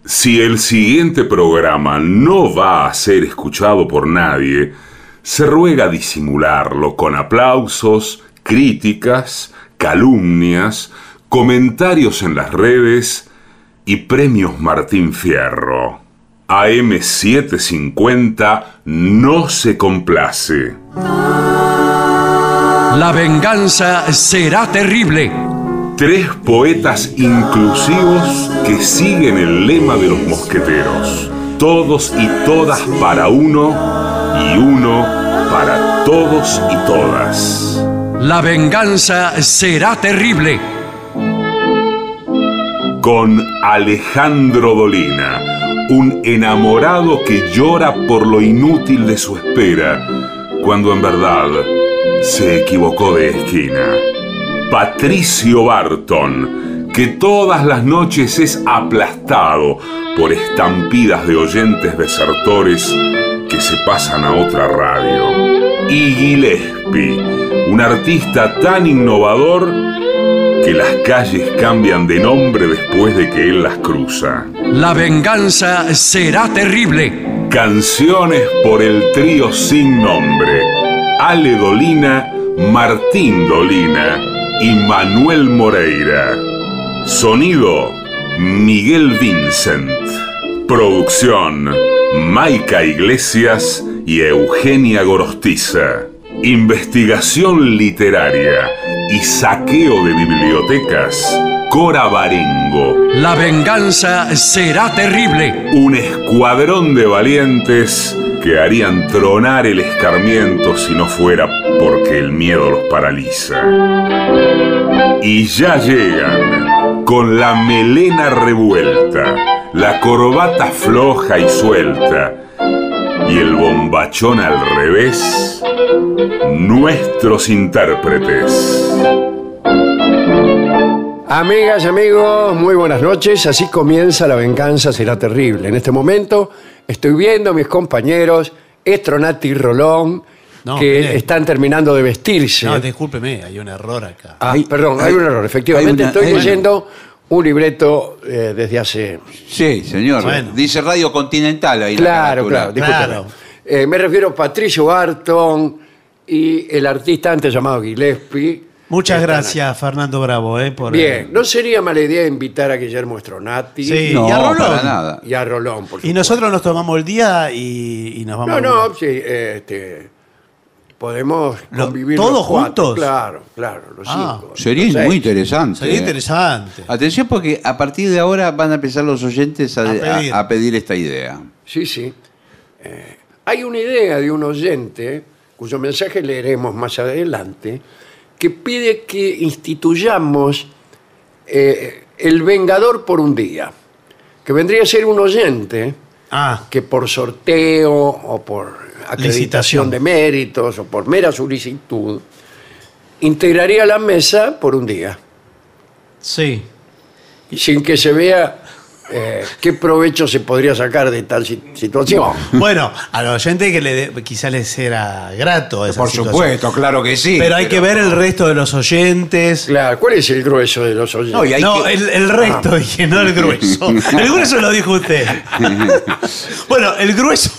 Si el siguiente programa no va a ser escuchado por nadie, se ruega disimularlo con aplausos, críticas, calumnias, comentarios en las redes y premios Martín Fierro. AM750 no se complace. La venganza será terrible. 3 poetas inclusivos que siguen el lema de los mosqueteros. Todos y todas para uno y uno para todos y todas. La venganza será terrible. Con Alejandro Dolina, un enamorado que llora por lo inútil de su espera, cuando en verdad se equivocó de esquina. Patricio Barton, que todas las noches es aplastado por estampidas de oyentes desertores que se pasan a otra radio. Y Gillespie, un artista tan innovador que las calles cambian de nombre después de que él las cruza. La venganza será terrible. Canciones por el trío sin nombre: Ale Dolina, Martín Dolina y Manuel Moreira. Sonido: Miguel Vincent. Producción: Maica Iglesias y Eugenia Gorostiza. Investigación literaria y saqueo de bibliotecas: Cora Barengo. La venganza será terrible. Un escuadrón de valientes que harían tronar el escarmiento si no fuera porque el miedo los paraliza. Y ya llegan, con la melena revuelta, la corbata floja y suelta y el bombachón al revés, nuestros intérpretes. Amigas y amigos, muy buenas noches. Así comienza La venganza será terrible. En este momento estoy viendo a mis compañeros Estronati y Rolón que están terminando de vestirse. No, discúlpeme, hay un error acá. Perdón, hay un error. Efectivamente, estoy leyendo un libreto desde hace... Sí, señor. Bueno. Dice Radio Continental ahí. Claro, la discúlpeme. Me refiero a Patricio Barton y el artista antes llamado Gillespie. Muchas gracias, Fernando Bravo. Por Bien, no sería mala idea invitar a Guillermo Estronati Sí, No, y a Rolón. para nada. y a Rolón, por supuesto. Y nosotros nos tomamos el día y nos vamos. No, sí, podemos convivir ¿todos los cuatro. juntos? Claro, los Ah. 5. Sería los muy 6. interesante. Sería interesante. Atención, porque a partir de ahora van a empezar los oyentes a pedir esta idea. Sí. Hay una idea de un oyente, cuyo mensaje leeremos más adelante, que pide que instituyamos el Vengador por un día, que vendría a ser un oyente que por sorteo o por acreditación Licitación. de méritos o por mera solicitud integraría la mesa por un día, Sí. sin que se vea qué provecho se podría sacar de tal situación. Bueno, al oyente que quizá les será grato esa Por situación. supuesto, claro que sí. Pero hay que ver el resto de los oyentes. Claro, ¿cuál es el grueso de los oyentes? No, y hay No, que- el resto, dije, no el grueso. El grueso lo dijo usted. Bueno, el grueso.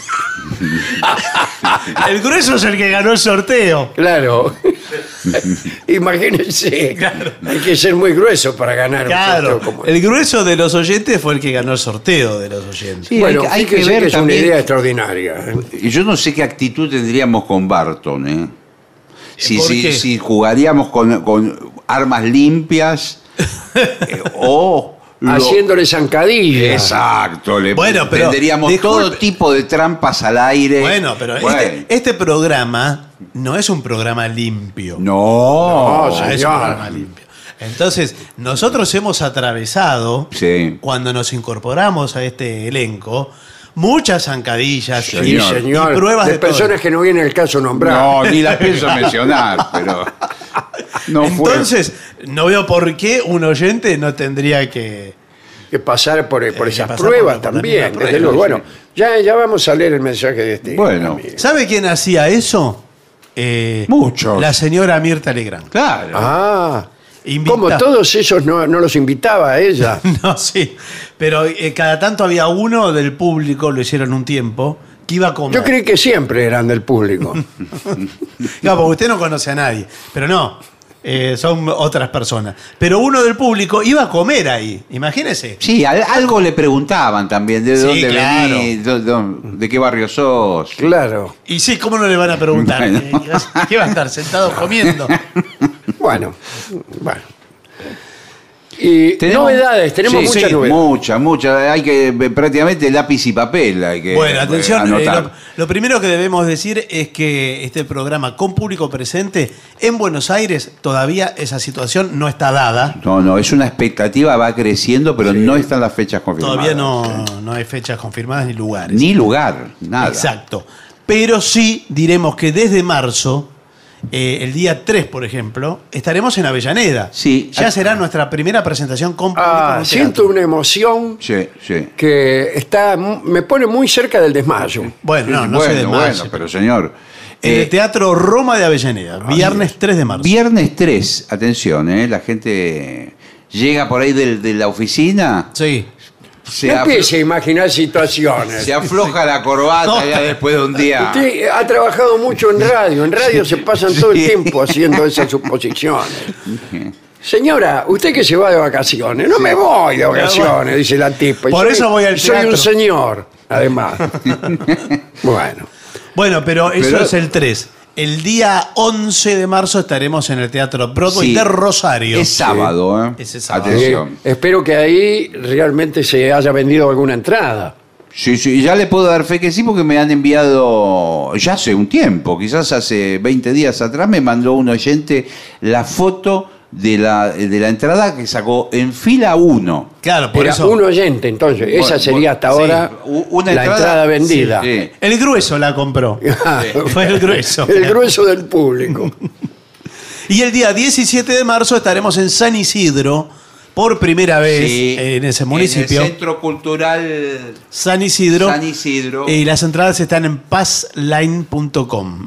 El grueso es el que ganó el sorteo. Claro. Imagínense. Claro. Hay que ser muy grueso para ganar un Claro, sorteo como el grueso de los oyentes fue el que ganó el sorteo de los oyentes. Sí, Bueno, hay que fíjese ver que es una también- idea extraordinaria. Y yo no sé qué actitud tendríamos con Barton, ¿eh? ¿Por qué? Si jugaríamos con armas limpias o... Haciéndole zancadilla. Exacto, Bueno, pero, tendríamos disculpe. todo tipo de trampas al aire. Bueno, pero este programa no es un programa limpio. No, No, Es un señor. programa limpio. Entonces, nosotros hemos atravesado, Sí. cuando nos incorporamos a este elenco, muchas zancadillas Sí, Señor. señor. y pruebas de personas que no viene el caso nombrar. No, ni las pienso mencionar, pero no fue. Entonces, no veo por qué un oyente no tendría que... Que pasar por esas pasar pruebas por la también. misma desde prueba, luego. Bueno, ya vamos a leer el mensaje de este. Bueno. amigo. ¿Sabe quién hacía eso? Muchos. La señora Mirta Legrand. Claro. Ah, ¿Cómo todos esos no los invitaba a ella? No, sí. Pero cada tanto había uno del público, lo hicieron un tiempo, que iba a comer. Yo creí que siempre eran del público. Claro, porque usted no conoce a nadie. Pero no, son otras personas. Pero uno del público iba a comer ahí, imagínese. Sí, algo le preguntaban también. ¿De Sí, dónde claro. venís? ¿De qué barrio sos? Claro. Y sí, ¿cómo no le van a preguntar? Bueno. ¿Qué va a estar sentado comiendo? Bueno. Y novedades, tenemos muchas novedades. Muchas. Hay que prácticamente lápiz y papel. Hay que Bueno, atención, anotar. lo primero que debemos decir es que este programa con público presente en Buenos Aires todavía esa situación no está dada. No, es una expectativa, va creciendo, pero no están las fechas confirmadas. Todavía no hay fechas confirmadas ni lugares. Ni lugar, nada. Exacto. Pero sí diremos que desde marzo, el día 3, por ejemplo, estaremos en Avellaneda. Sí. Ya será nuestra primera presentación con público. en Siento teatro. una emoción Sí. que me pone muy cerca del desmayo. Bueno, no se desmaye. Bueno, pero señor. En el Teatro Roma de Avellaneda, viernes 3 de marzo. Viernes 3, atención, la gente llega por ahí de la oficina. Sí. No empiece a imaginar situaciones. Se afloja la corbata ya después de un día. Usted ha trabajado mucho en radio. En radio se pasan todo el tiempo haciendo esas suposiciones. Señora, usted que se va de vacaciones. No me voy de vacaciones, dice la tipa. Por eso voy al Soy teatro. un señor, además. Bueno, pero eso Pero- es el 3. El día 11 de marzo estaremos en el Teatro Broadway Sí. de Rosario. Es sábado, ¿eh? Ese sábado. Atención. Espero que ahí realmente se haya vendido alguna entrada. Sí, ya le puedo dar fe que sí, porque me han enviado ya hace un tiempo, quizás hace 20 días atrás, me mandó un oyente la foto de la entrada que sacó en fila 1. Claro, por Era eso. un oyente, entonces. Esa sería hasta ahora una la entrada vendida. Sí. El grueso la compró. Fue el grueso. El grueso del público. Y el día 17 de marzo estaremos en San Isidro por primera vez Sí, en ese municipio. En el Centro Cultural San Isidro. San Isidro. Y las entradas están en passline.com.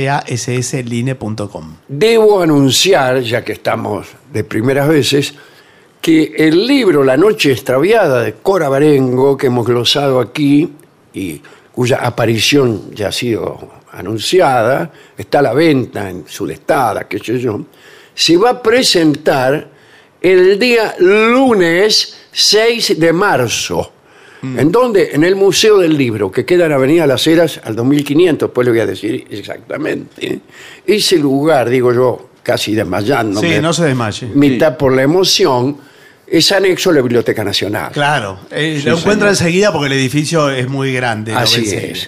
PASSline.com. Debo anunciar, ya que estamos de primeras veces, que el libro La Noche Extraviada de Cora Barengo, que hemos glosado aquí y cuya aparición ya ha sido anunciada, está a la venta en Sudestada, qué sé yo, se va a presentar el día lunes 6 de marzo. ¿En dónde? En el Museo del Libro, que queda en Avenida Las Heras al 2500, después le voy a decir exactamente. Ese lugar, digo yo, casi desmayándome, Sí, no se desmaye. mitad por la emoción, es anexo a la Biblioteca Nacional. Claro, lo encuentra enseguida porque el edificio es muy grande. lo ve Así enseguida. es.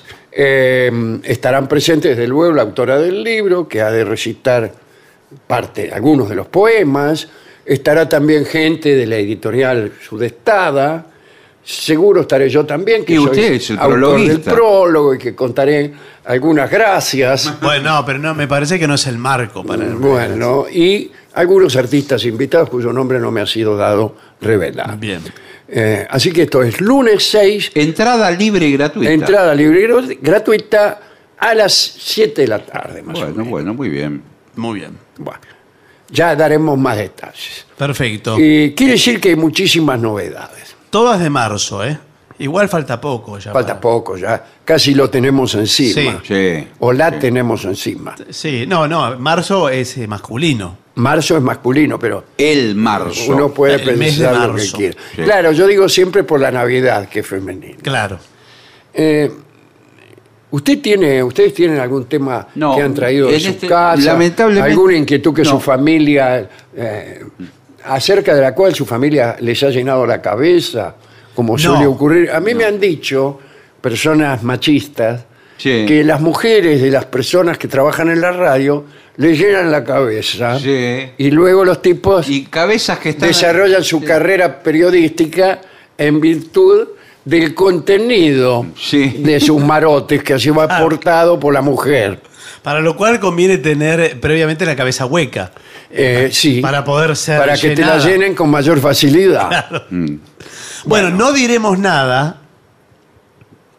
Estarán presentes, desde luego, la autora del libro, que ha de recitar algunos de los poemas. Estará también gente de la editorial Sudestada. Seguro estaré yo también, que Y soy usted es el autor del prologuista. prólogo y que contaré algunas gracias. Bueno, pero no, me parece que no es el marco para el Bueno, y algunos artistas invitados cuyo nombre no me ha sido dado revelar. Bien. Así que esto es lunes 6, Entrada libre y gratuita. entrada libre y gratuita a las 7 de la tarde, más o menos. Bueno, muy bien. Muy bien. Bueno, ya daremos más detalles. Perfecto. Y quiere decir que hay muchísimas novedades. Todas de marzo, ¿eh? Igual falta poco ya. Falta poco ya, casi lo tenemos encima. Sí. O la tenemos encima. Sí, no, marzo es masculino. Marzo es masculino, pero El marzo. uno puede El mes de pensar lo que marzo. quiera. Sí. Claro, yo digo siempre por la Navidad, que es femenino. Claro. ¿Ustedes tienen algún tema No, que han traído de en su este- casa? lamentablemente- ¿Alguna inquietud que No. su familia, acerca de la cual su familia les ha llenado la cabeza, como suele ocurrir? A mí me han dicho personas machistas Sí. que las mujeres de las personas que trabajan en la radio les llenan la cabeza Sí. y luego los tipos Y cabezas que están... desarrollan su carrera periodística en virtud del contenido Sí. de sus marotes que ha sido aportado por la mujer. Para lo cual conviene tener previamente la cabeza hueca. Sí, Para poder ser para que te la llenada. llenen con mayor facilidad. Bueno, no diremos nada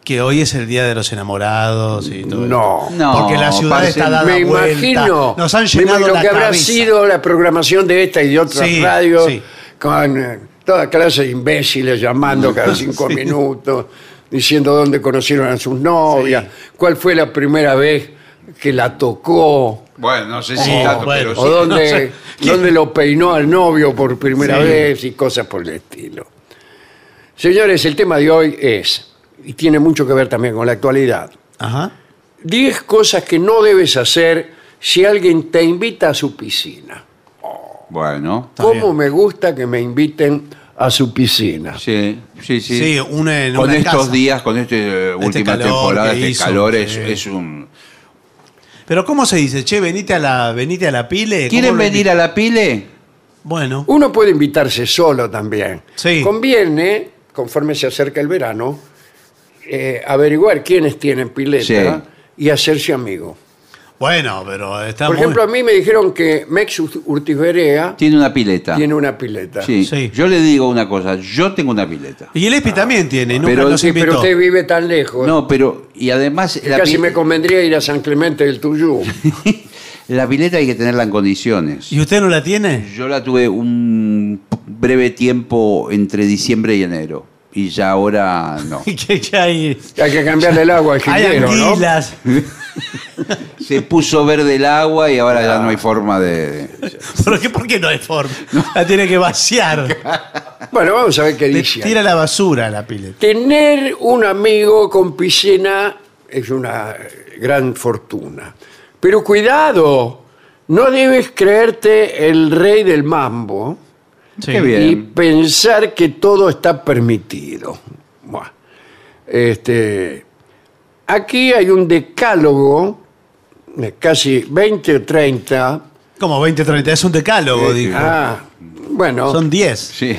que hoy es el Día de los Enamorados y todo No. No, Porque la ciudad parece- está dada Me vuelta. imagino Nos han llenado lo la que habrá cabeza. sido la programación de esta y de otras Sí, radios sí. con toda clase de imbéciles llamando cada 5 minutos, diciendo dónde conocieron a sus novias, cuál fue la primera vez que la tocó, Bueno, no sé si Sí, tanto, bueno. pero o sí. dónde, no sé. ¿Quién? dónde lo peinó al novio por primera Sí. vez y cosas por el estilo. Señores, el tema de hoy es, y tiene mucho que ver también con la actualidad, Ajá. 10 cosas que no debes hacer si alguien te invita a su piscina. Bueno, Está ¿Cómo bien. me gusta que me inviten a su piscina? sí, sí, sí. Sí, una en Con una estos casa. días, con esta última calor temporada, que este hizo, calor sí. es un... Pero ¿cómo se dice? Che, venite a la pile. ¿Quieren ¿Cómo lo venir a la pile? Bueno, Uno puede invitarse solo también. Sí. Conviene, conforme se acerca el verano, averiguar quiénes tienen pileta Sí. y hacerse amigo. bueno, pero está Por muy... ejemplo, a mí me dijeron que Mex Urtiz Berea Tiene una pileta. tiene una pileta. Sí. Sí. Yo le digo una cosa, yo tengo una pileta. Y el ESPI también tiene, y nunca Pero- nos Sí, pero invitó. usted vive tan lejos No, pero, y además, que casi me convendría ir a San Clemente del Tuyú. la pileta hay que tenerla en condiciones. ¿Y usted no la tiene? Yo la tuve un breve tiempo entre diciembre y enero. Y ya ahora no. que hay... Hay que cambiarle el agua al Hay jilguero, ¿no? anguilas. Se puso verde el agua y ahora ya no hay forma de... ¿Por qué no hay forma? La tiene que vaciar. Bueno, vamos a ver qué Le dice. tira la basura a la pileta. Tener un amigo con piscina es una gran fortuna. Pero cuidado, no debes creerte el rey del mambo Sí. Qué bien. y pensar que todo está permitido. Buah. Aquí hay un decálogo de casi 20 o 30. Como 20-30, es un decálogo, dijo. Bueno, Son 10. Sí.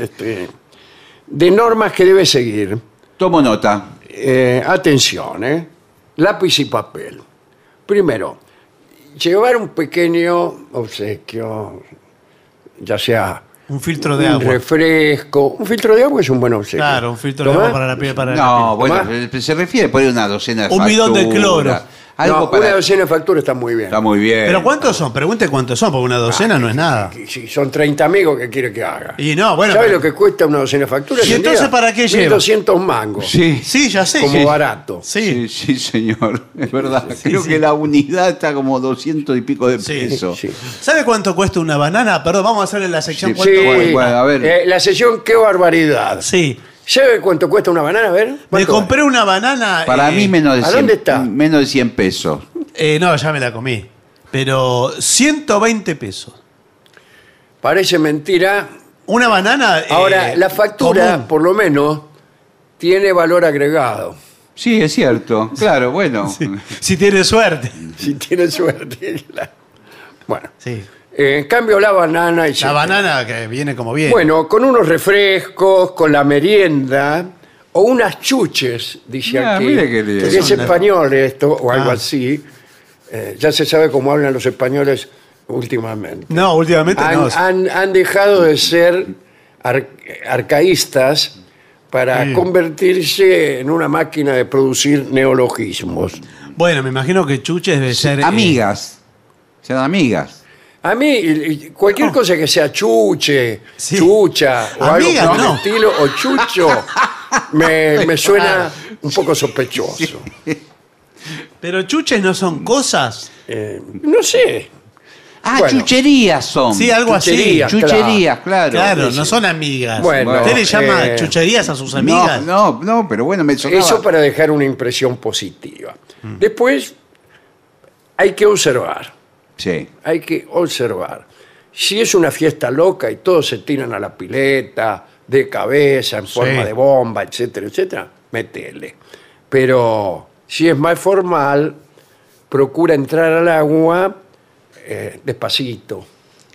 de normas que debes seguir. Tomo nota. Atención, lápiz y papel. Primero, llevar un pequeño obsequio, ya sea Un filtro de un agua. refresco. Un filtro de agua es un buen obsequio. Claro, un filtro de ¿Tomás? agua para la piel. Para la No, piel. bueno, se refiere por ahí una docena de Un bidón de facturas. cloro. Algo No, para... una docena de facturas está muy bien. Está muy bien. Pero ¿cuántos son? Pregunte cuántos son, porque una docena no es nada. Si son 30 amigos, ¿qué quiere que haga? Y no, bueno. ¿Sabe pero- lo que cuesta una docena de facturas? ¿Y entonces para qué lleva? 1.200 mangos. Sí. Sí, ya sé. Como sí. barato. Sí, Sí. sí, señor. Es verdad. Sí, Creo sí. que la unidad está como 200 y pico de Sí, pesos. Sí. ¿Sabe cuánto cuesta una banana? Perdón, vamos a hacerle la sección. Sí, ¿Cuánto Sí. cuesta? Bueno, a ver. La sesión, qué barbaridad. Sí. ¿Sabe cuánto cuesta una banana? A ver. Me ¿cuánto compré una banana. Para mí menos de ¿a 100, dónde está? menos de 100 pesos. No, ya me la comí. Pero 120 pesos. Parece mentira. Una banana. Ahora, la factura, común. por lo menos, tiene valor agregado. Sí, es cierto. Claro, bueno. Sí, si tiene suerte. Si tiene suerte. Claro. Bueno, Sí. en cambio la banana... La banana que viene como bien. Bueno, con unos refrescos, con la merienda o unas chuches, dice Ah, aquí. mire qué lindo. Que es español esto o algo Ah. así. Ya se sabe cómo hablan los españoles últimamente. No, últimamente no. Han dejado de ser arcaístas para Sí. convertirse en una máquina de producir neologismos. Bueno, me imagino que chuches debe ser. Amigas. Sean amigas. A mí, cualquier cosa que sea chuche, Sí. chucha o Amiga, algo por el no. estilo, o chucho, me suena un poco sospechoso. Pero chuches no son cosas. No sé. Ah, Bueno. chucherías son. Sí, algo Chucherías, así. Chucherías, claro. Claro, Sí, no sí. son amigas. Bueno, ¿Usted le llama chucherías a sus amigas? No, pero bueno, me sonaba. Eso para dejar una impresión positiva. Después, hay que observar. Sí. Hay que observar. Si es una fiesta loca y todos se tiran a la pileta, de cabeza, en forma de bomba, etcétera, etcétera, metele. Pero si es más formal, procura entrar al agua despacito.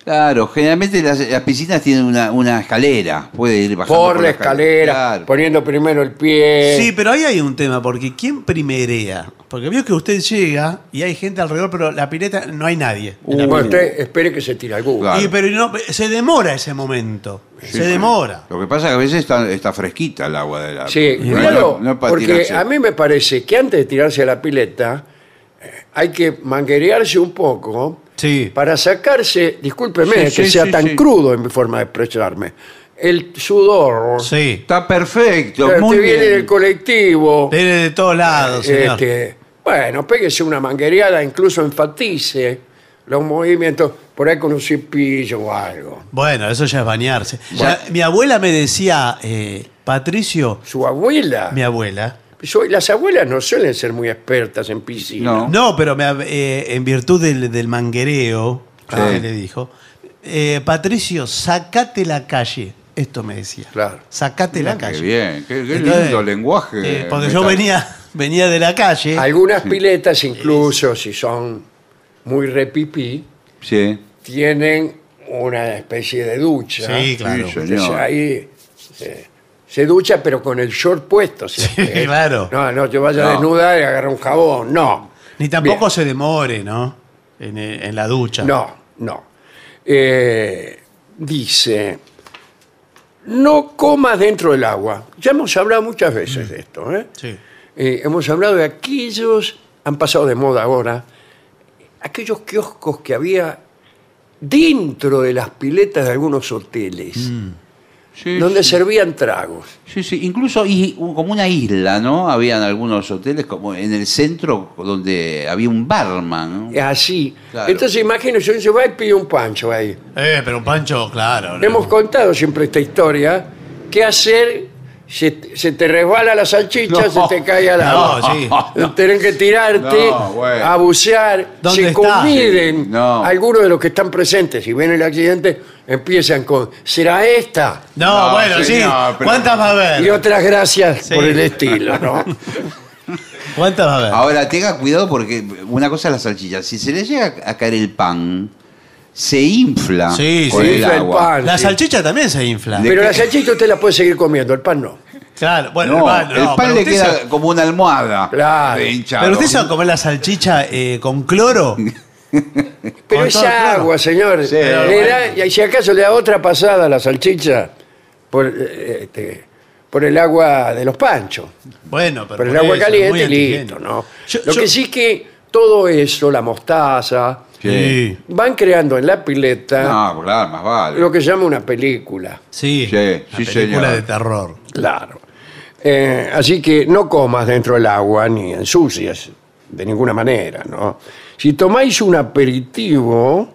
Claro, generalmente las piscinas tienen una escalera. Puede ir bajando Por la escalera, Claro. poniendo primero el pie. Sí, pero ahí hay un tema, porque ¿quién primerea? Porque veo que usted llega y hay gente alrededor, pero la pileta no hay nadie. en la Bueno, pileta. usted espere que se tire alguno. Claro. Pero no, se demora ese momento. Sí, se demora. Lo que pasa es que a veces está fresquita el agua de la Sí, no, cuidado, no es para porque tirarse. a mí me parece que antes de tirarse a la pileta hay que manguerearse un poco Sí. para sacarse, discúlpeme Sí, que sí, sea sí, tan sí. crudo en mi forma de expresarme, el sudor Sí. Está perfecto, que muy viene bien. del colectivo. Viene de todos lados, señor. Bueno, péguese una manguereada, incluso enfatice los movimientos, por ahí con un cepillo o algo. Bueno, eso ya es bañarse. Mi abuela me decía, Patricio, Su abuela, mi abuela. las abuelas no suelen ser muy expertas en piscina. No. No, pero en virtud del manguereo, Sí. le dijo, Patricio, sacate la calle. Esto me decía. Claro. Sacate Mirá la calle. Qué bien, qué Entonces, lindo lenguaje. porque Me yo está- venía de la calle. Algunas piletas, incluso si son muy repipí, Sí. tienen una especie de ducha. Sí, claro. Sí, Entonces señor. ahí se ducha, pero con el short puesto. Sí, claro. No te vayas a No. desnudar y agarrar un jabón. No. Ni tampoco Bien. se demore, ¿no? En la ducha. No. Dice, no comas dentro del agua. Ya hemos hablado muchas veces de esto. Sí. Hemos hablado de aquellos, han pasado de moda ahora, aquellos kioscos que había dentro de las piletas de algunos hoteles, Sí, donde sí. servían tragos. Sí, sí, incluso como una isla, ¿no? Habían algunos hoteles como en el centro donde había un barman, ¿no? Así. Claro. Entonces imagínense, uno se va y pide un pancho ahí. Pero un pancho, claro. ¿no? Hemos contado siempre esta historia. ¿Qué hacer? Se te resbala la salchicha, No. se te cae al agua. No, sí. Tienen que tirarte No, bueno. a bucear. ¿Dónde Se está? conviden Sí, no. algunos de los que están presentes. Si ven el accidente, empiezan con ¿será esta? No, No, bueno, señor, sí. pero- ¿Cuántas va a haber? Y otras gracias Sí. por el estilo, ¿no? ¿Cuántas va a haber? Ahora, tenga cuidado porque una cosa es la salchicha. Si se le llega a caer el pan, se infla Sí, con sí. el Infla el agua. pan. La sí. salchicha también se infla. Pero la salchicha usted la puede seguir comiendo, el pan no. Claro, bueno, No, el pan, el pan pero le usted queda se- como una almohada. Claro. de hinchado. Pero usted se va a comer la salchicha con cloro. Pero Con es todo el cloro. agua, señor. Sí, Le da- y si acaso le da otra pasada a la salchicha por el agua de los panchos. Bueno, pero Por el por agua eso, caliente muy y antihigiénico. listo, ¿no? Yo- Lo yo- que sí que todo eso, la mostaza, Sí, van creando en la pileta No, claro, más vale. lo que se llama una película. sí. Sí, Una sí, película señor. de terror. Claro. Así que no comas dentro del agua ni ensucias de ninguna manera, ¿no? Si tomáis un aperitivo,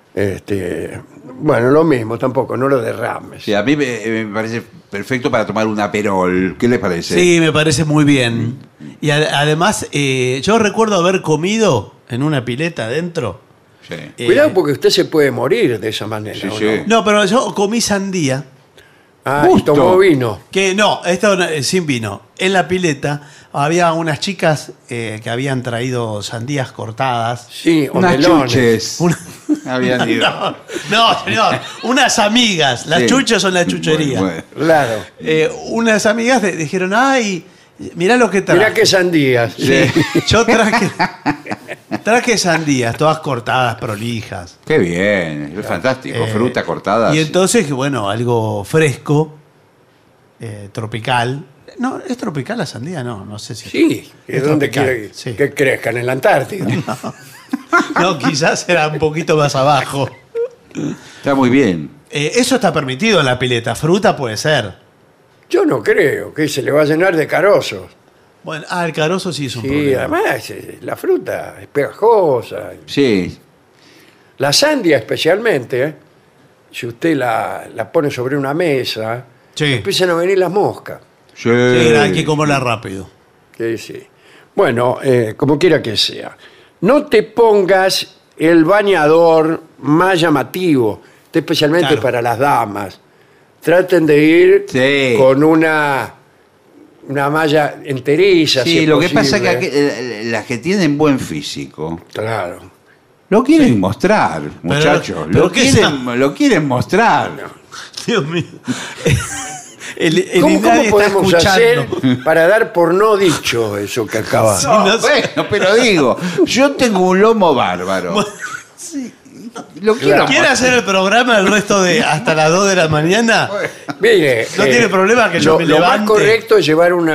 bueno, lo mismo tampoco, no lo derrames. Sí, a mí me parece perfecto para tomar un aperol. ¿Qué les parece? Sí, me parece muy bien. Y además, yo recuerdo haber comido en una pileta adentro. Sí. Cuidado porque usted se puede morir de esa manera. Sí, ¿o sí. no? No, pero yo comí sandía. Ah, y Justo. tomó vino. Que no, esto sin vino. En la pileta había unas chicas que habían traído sandías cortadas. Sí, o Unas melones. chuches. Una- Habían ido. No, señor. Unas amigas. Las Sí. chuches son la chuchería. Bueno, Claro. Unas amigas dijeron, ay, mirá lo que traje. Mirá qué sandías. Sí. Yo traje sandías, todas cortadas, prolijas. Qué bien, es fantástico. Fruta cortada. Y entonces, bueno, algo fresco, tropical. No, ¿es tropical la sandía? No sé si. Sí, es Es donde tropical, quiere sí. que crezcan, en la Antártida. No, quizás era un poquito más abajo. Está muy bien. Eso está permitido en la pileta. Fruta puede ser. Yo no creo que se le va a llenar de carozos. Bueno, el carozo sí es un Sí, problema. además la fruta es pegajosa. Sí. La sandia especialmente, si usted la pone sobre una mesa, Sí. empiezan a venir las moscas. Sí. Sí, hay que comerla rápido. Sí, sí. Bueno, como quiera que sea. No te pongas el bañador más llamativo, especialmente Claro. para las damas. Traten de ir Sí. con una malla enteriza. si Sí, es lo que pasa es posible. que las que tienen buen físico Claro. Lo quieren mostrar, muchachos. pero Lo quieren mostrar. Dios mío. ¿Cómo Inadi está podemos hacer escuchando. para dar por no dicho eso que acaba? No, no sé. bueno, pero digo, yo tengo un lomo bárbaro. Lo quiero Claro. ¿Quiere hacer el programa el resto de hasta las 2 de la mañana? Mire, No tiene problema que yo me lo más levante. correcto es llevar un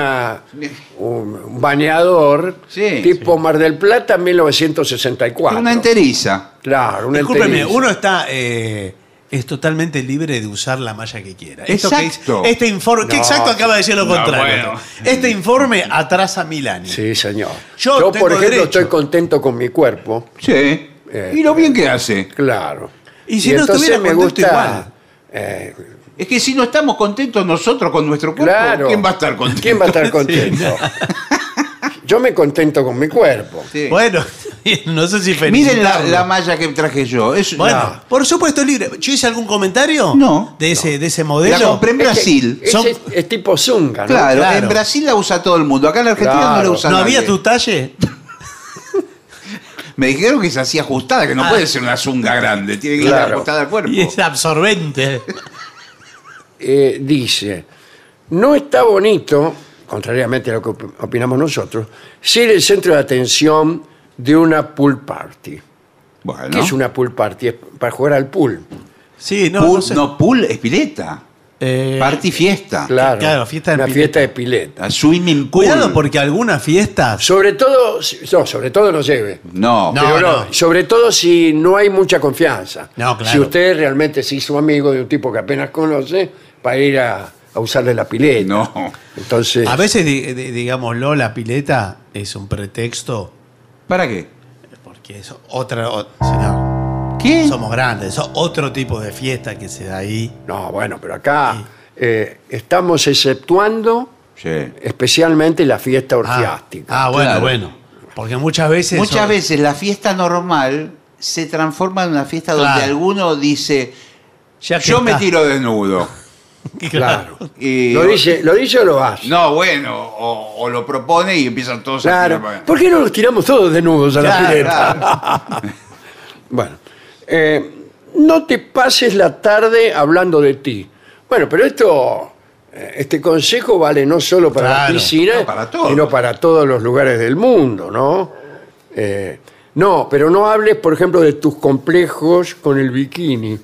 bañador Sí, tipo Mar del Plata 1964. Una enteriza. Claro, una Discúlpeme, enteriza. uno está es totalmente libre de usar la malla que quiera. Esto que Exacto. este informe, que No, exacto acaba de decir lo no, contrario. bueno. Este informe atrasa 1000 años. Sí, señor. Yo Yo, tengo por ejemplo, derecho. estoy contento con mi cuerpo. Sí. ¿Y lo bien que hace? Claro. Y si no entonces estuviera me contento gusta. Es que si no estamos contentos nosotros con nuestro cuerpo, Claro. ¿quién va a estar contento? ¿Quién va a estar contento? Yo me contento con mi cuerpo. Sí. Bueno, no sé si Miren felicitarlo. la malla que traje yo. Es, Bueno, No. por supuesto libre. ¿Yo hice algún comentario? No. De ese modelo. La compré en Brasil. Es, Son- es tipo zunga, ¿no? Claro, Claro. en Brasil la usa todo el mundo. Acá en la Argentina no la Claro. usa ¿No nadie. había tu talle? Me dijeron que es así ajustada, que no puede ser una zunga grande. Tiene que ir Claro. ajustada al cuerpo. Y es absorbente. Dice, no está bonito, contrariamente a lo que opinamos nosotros, ser el centro de atención de una pool party. Bueno. ¿Qué es una pool party? Es para jugar al pool. Sí, no, Pool, no sé. no, pool es pileta. Party fiesta. Claro, claro, fiesta de una pileta. fiesta de pileta. A swimming pool. Cuidado porque algunas fiestas. Sobre todo no lleve. No. No. Pero no, sobre todo si no hay mucha confianza. No, claro. Si usted realmente se hizo amigo de un tipo que apenas conoce, para ir a usarle la pileta. No. Entonces, A veces, digámoslo, la pileta es un pretexto ¿Para qué? porque es señor, ¿Qué? somos grandes, es otro tipo de fiesta que se da ahí. no, bueno, pero acá estamos exceptuando Sí. especialmente la fiesta orgiástica. Bueno, Claro. bueno. Porque muchas veces. Muchas veces la fiesta normal se transforma en una fiesta donde Claro. alguno dice, Ya que yo me está- tiro desnudo. Claro. Y- ¿Lo dice o lo hace? No, bueno, o lo propone y empiezan todos a Claro. tirar. ¿Por qué no nos tiramos todos desnudos a la Claro, pileta? Bueno, no te pases la tarde hablando de ti. Bueno, pero este consejo vale no solo para la Claro, piscina, no, para todo. sino para todos los lugares del mundo, ¿no? No, pero no hables, por ejemplo, de tus complejos con el bikini.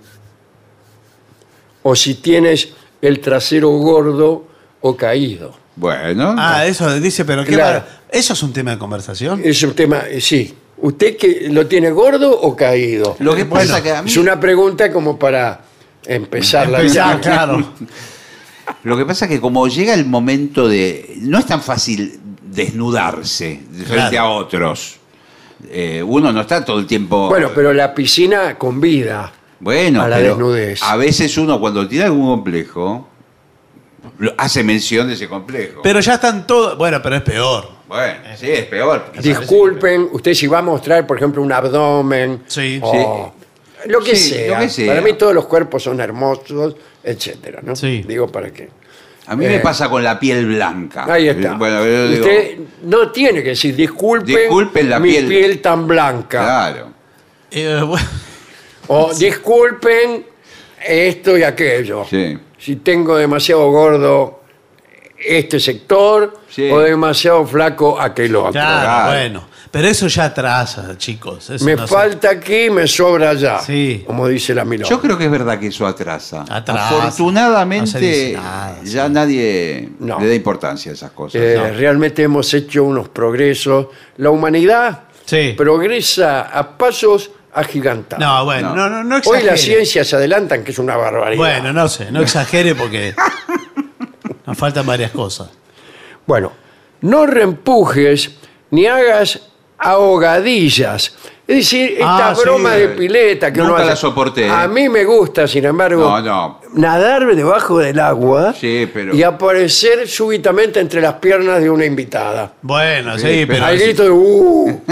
O si tienes el trasero gordo o caído. Bueno, Eso dice, pero qué Claro. ¿eso es un tema de conversación? Es un tema, sí. ¿Usted que lo tiene gordo o caído? lo que pasa bueno, que a mí, Es una pregunta como para empezar la Empezar, vida. claro. lo que pasa que como llega el momento de, no es tan fácil desnudarse frente Claro. a otros. Uno no está todo el tiempo. Bueno, pero la piscina convida. Bueno, a la pero desnudez. a veces uno cuando tiene algún complejo hace mención de ese complejo. Pero ya están todos. Bueno, pero es peor. Bueno, sí, es peor. Disculpen, usted si va a mostrar, por ejemplo, un abdomen Sí. o lo que Sí, sea. lo que sea. Para mí todos los cuerpos son hermosos, etcétera, ¿no? Sí. Digo, ¿para qué? A mí me pasa con la piel blanca. Ahí está. Bueno, yo digo, Usted no tiene que decir, disculpen la mi piel". piel tan blanca. claro. Bueno, O disculpen esto y aquello. Sí. Si tengo demasiado gordo este sector Sí. o demasiado flaco aquel otro. claro, bueno. Pero eso ya atrasa, chicos. Eso Me no se- falta aquí, me sobra allá. Sí. Como dice la milonga. Yo creo que es verdad que eso atrasa. Atrasa. Afortunadamente, No se dice nada, ya nadie No. le da importancia a esas cosas. Realmente hemos hecho unos progresos. La humanidad Sí. progresa a pasos agigantados. No, bueno, no Hoy exagere. las ciencias se adelantan, que es una barbaridad. Bueno, no sé, no exagere porque nos faltan varias cosas. Bueno, no reempujes ni hagas ahogadillas. Es decir, esta sí, broma de pileta que nunca uno hace. la soporté. A mí me gusta, sin embargo, No. nadar debajo del agua Sí, pero- y aparecer súbitamente entre las piernas de una invitada. Bueno, sí, Sí, pero. Al grito de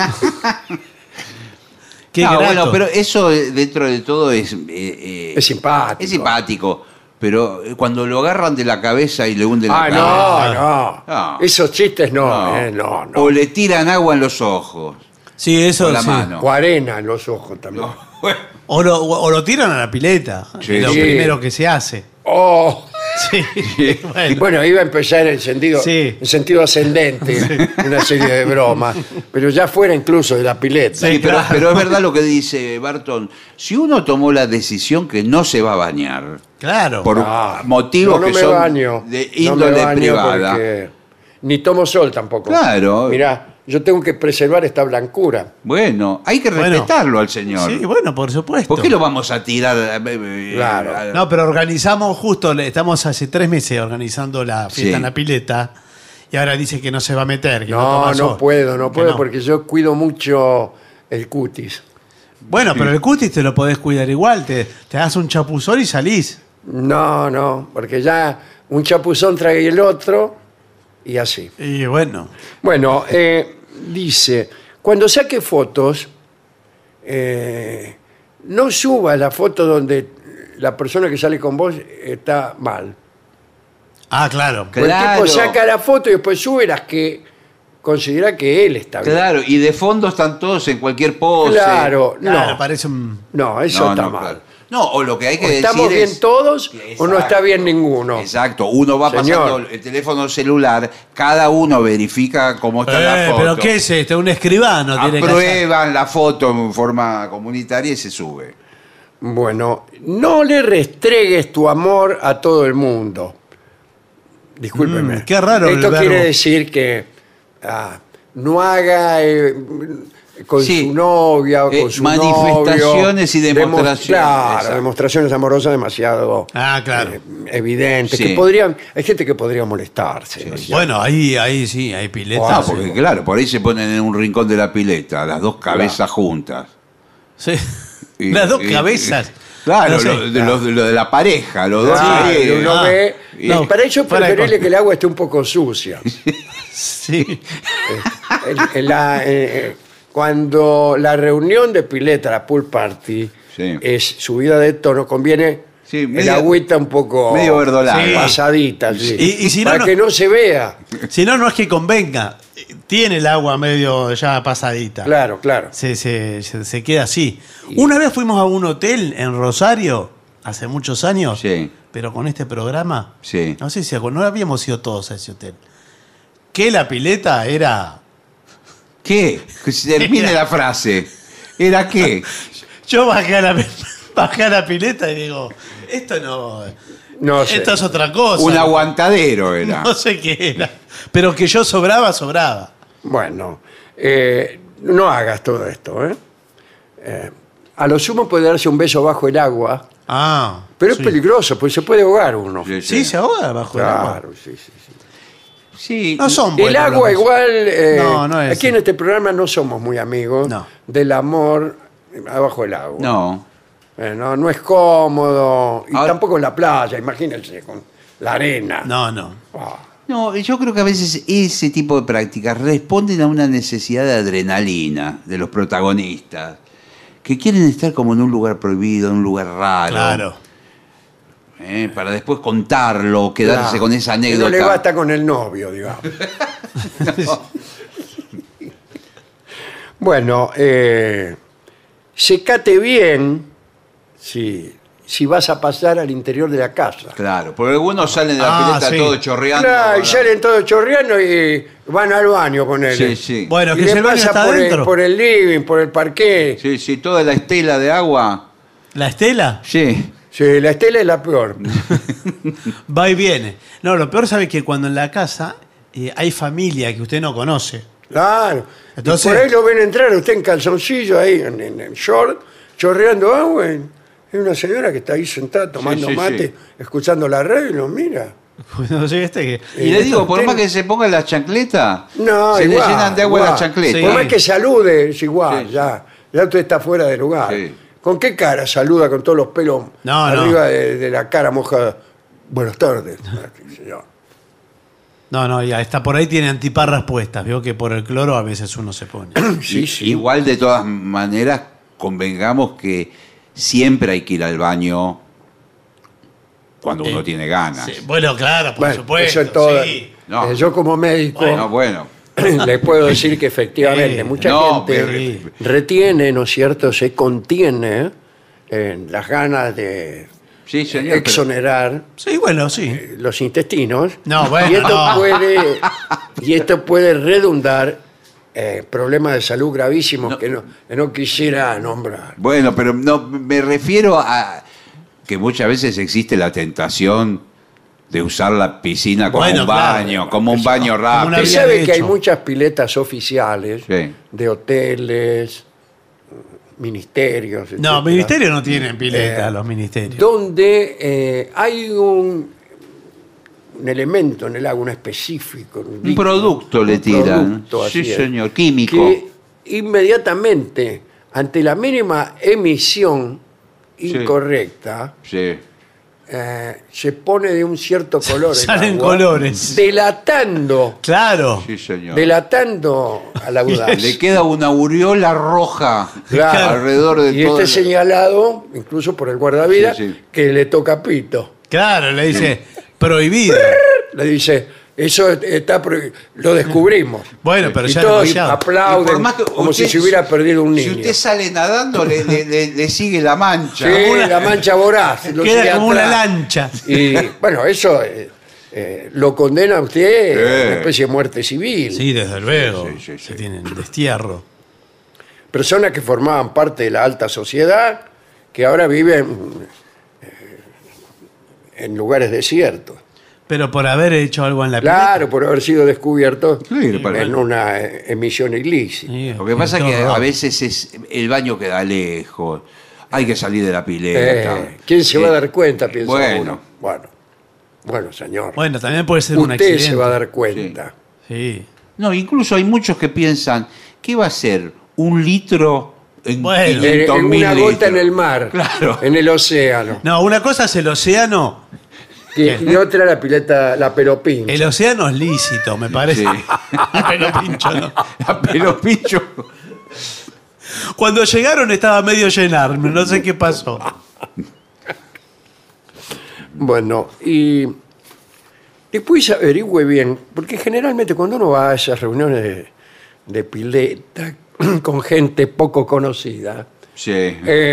Qué No, grato. bueno, pero eso dentro de todo es simpático. Es simpático, pero cuando lo agarran de la cabeza y le hunden la Ah, cabeza. no. No. Esos chistes no, No. no. O le tiran agua en los ojos. Sí, eso Con la sí. mano. O arena en los ojos también. O lo tiran a la pileta. Sí, es lo sí. primero que se hace. ¡Oh! Sí. Bueno. Bueno, iba a empezar en sentido ascendente, una serie de bromas, pero ya fuera incluso de la pileta. Sí. Pero, claro. pero es verdad lo que dice Barton. Si uno tomó la decisión que no se va a bañar Claro. por Ah, motivos no que me son baño, de no me índole baño privada, porque ni tomo sol tampoco. Claro. Mirá, yo tengo que preservar esta blancura. bueno, hay que Bueno. respetarlo al señor. Sí, bueno, por supuesto. ¿Por qué lo vamos a tirar? Claro. No, pero organizamos justo, estamos hace 3 meses organizando la fiesta Sí. en la pileta y ahora dice que no se va a meter, que no, No, toma sol. no puedo, Que no. porque yo cuido mucho el cutis. Bueno, pero el cutis te lo podés cuidar igual, te das un chapuzón y salís. No, porque ya un chapuzón trae el otro y así. Y bueno, Bueno, dice, cuando saque fotos, no suba la foto donde la persona que sale con vos está mal. claro. Porque el Claro. tipo saca la foto y después sube las que considera que él está bien. Claro, y de fondo están todos en cualquier pose. Claro, Claro, no, parece un... no, eso No, está no, mal. claro. No, o lo que hay que O decir estamos bien es... todos o no está Exacto. bien ninguno. Exacto, uno va Señor. pasando el teléfono celular, cada uno verifica cómo está la foto. pero ¿qué es esto? Un escribano tiene que hacer. Aprueban la foto en forma comunitaria y se sube. Bueno, no le restregues tu amor a todo el mundo. Discúlpeme. qué raro el Esto verbo. quiere decir que no haga con Sí. su novia o con su Manifestaciones novio, y demostraciones. Claro, Exacto. demostraciones amorosas demasiado Claro. evidentes. Sí. Que podrían, hay gente que podría molestarse. ¿no? Bueno, ahí sí, hay piletas. Ah, porque claro, por ahí se ponen en un rincón de la pileta, las dos cabezas juntas. Sí. Y- Las dos y- cabezas. Claro, No sé. lo de la pareja, los dos Claro, ahí. y uno ve, y- no, para eso es fuera de preferible costo. que el agua esté un poco sucia. Sí. Cuando la reunión de pileta, la pool party, Sí. es subida de tono, conviene Sí, el medio- agüita un poco medio verdolaga. Sí. pasadita, sí, Y si no, para no- que no se vea. Si no, no es que convenga. Tiene el agua medio ya pasadita. Claro, claro. Se queda así. Una vez fuimos a un hotel en Rosario, hace muchos años, Sí. pero con este programa, Sí. no sé si no habíamos ido todos a ese hotel. Que la pileta era... ¿Qué? Que se termine la frase. ¿Era qué? Yo bajé a la pileta y digo, esto no... No sé. Esto es otra cosa. Un aguantadero era. No sé qué era. Pero que yo sobraba. Bueno, no hagas todo esto. A lo sumo puede darse un beso bajo el agua, pero sí. es peligroso, porque se puede ahogar uno. Sí, se ahoga bajo el agua. Claro, sí. Sí. No son El buenos agua los- igual, no es aquí así. en este programa no somos muy amigos No. del amor abajo del agua. No. No es cómodo, y Ahora- tampoco en la playa, imagínense, con la arena. No. Ah, No, yo creo que a veces ese tipo de prácticas responden a una necesidad de adrenalina de los protagonistas, que quieren estar como en un lugar prohibido, en un lugar raro. Claro. Para después contarlo, quedarse claro. con esa Que anécdota. no le basta con el novio, digamos. Bueno, secate bien si vas a pasar al interior de la casa. Claro, porque algunos salen de la pileta sí. todo chorreando. Claro, y ¿verdad? salen todos chorreando y van al baño con él. Sí, sí. Bueno, Y que le si el baño pasa está por adentro. por el living, por el parqué. Sí, sí, toda la estela de agua. La estela Sí. Sí, la estela es la peor. va y viene. No, lo peor sabe que cuando en la casa hay familia que usted no conoce. Claro. Entonces- Y por ahí lo ven entrar usted en calzoncillo, ahí en short, chorreando agua. Y hay una señora que está ahí sentada tomando sí, mate, sí. escuchando la radio y lo mira. No sé, que... Y le digo, por usted- más que se pongan las chancletas, No, se igual, le llenan de agua igual. las chancletas. Por más que salude, es igual, Sí. ya usted está fuera de lugar. Sí. ¿Con qué cara saluda con todos los pelos No, arriba de la cara mojada? Buenas tardes. señor. No, ya está por ahí, tiene antiparras puestas. Veo que por el cloro a veces uno se pone. Sí, sí. Igual de todas maneras, convengamos que siempre hay que ir al baño cuando uno tiene ganas. Sí, bueno, claro, por Bueno, supuesto. eso es todo. Sí. No. Yo como médico, No, bueno. le puedo decir que efectivamente mucha No, gente pero- retiene, ¿no es cierto?, se contiene en las ganas de Sí, señor. exonerar Sí, bueno, sí. los intestinos. No, bueno, y esto no. puede redundar problemas de salud gravísimos que no quisiera nombrar. Bueno, pero no me refiero a que muchas veces existe la tentación de usar la piscina como Bueno, un claro. baño, como un baño una rápido. Usted había sabe que hay hecho. muchas piletas oficiales Sí. de hoteles, ministerios. No, etcétera, ministerios no tienen pileta, los ministerios. donde hay un elemento en el agua, un específico. Un producto le tiran. producto, Sí, así es, señor, químico. Que inmediatamente, ante la mínima emisión incorrecta, Sí. se pone de un cierto color. el Salen agua, colores. Delatando, Claro. Sí, señor. delatando a la audaz. Le queda una aureola roja Claro. alrededor de Y todo. este señalado, incluso por el guardavidas, Sí, sí. que le toca pito. Claro, le dice prohibido. Le dice, eso está lo descubrimos. Bueno, pero y ya todos demasiado. Y aplauden por más que como usted- si se hubiera perdido un niño. Si usted sale nadando, le sigue la mancha. Sí, la mancha voraz. lo sigue Queda como una atrás. lancha. Y bueno, eso lo condena a usted a Sí. una especie de muerte civil. Sí, desde luego. Sí, sí, sí. Se tienen destierro. Personas que formaban parte de la alta sociedad, que ahora viven en lugares desiertos. Pero por haber hecho algo en la Claro, por haber sido descubiertos Sí, para- en una emisión ilícita. pileta. Lo que pasa es que todo. a veces el baño queda lejos. Hay que salir de la pileta. ¿Quién se va a dar cuenta? Piensa bueno. uno. Bueno, señor. Bueno, también puede ser un Usted accidente. se va a dar cuenta. Sí. No, incluso hay muchos que piensan, ¿qué va a ser? ¿1 litro en Bueno. 500 En mil una litros? gota en el mar, Claro. en el océano. No, una cosa es el océano. Y otra la pileta, la pelopincha. El océano es lícito, me parece. Sí. Pero pincho, no. A pelo pincho. Cuando llegaron estaba medio llenar, no sé qué pasó. Bueno, y después averigüe bien, porque generalmente cuando uno va a esas reuniones de pileta con gente poco conocida, Sí.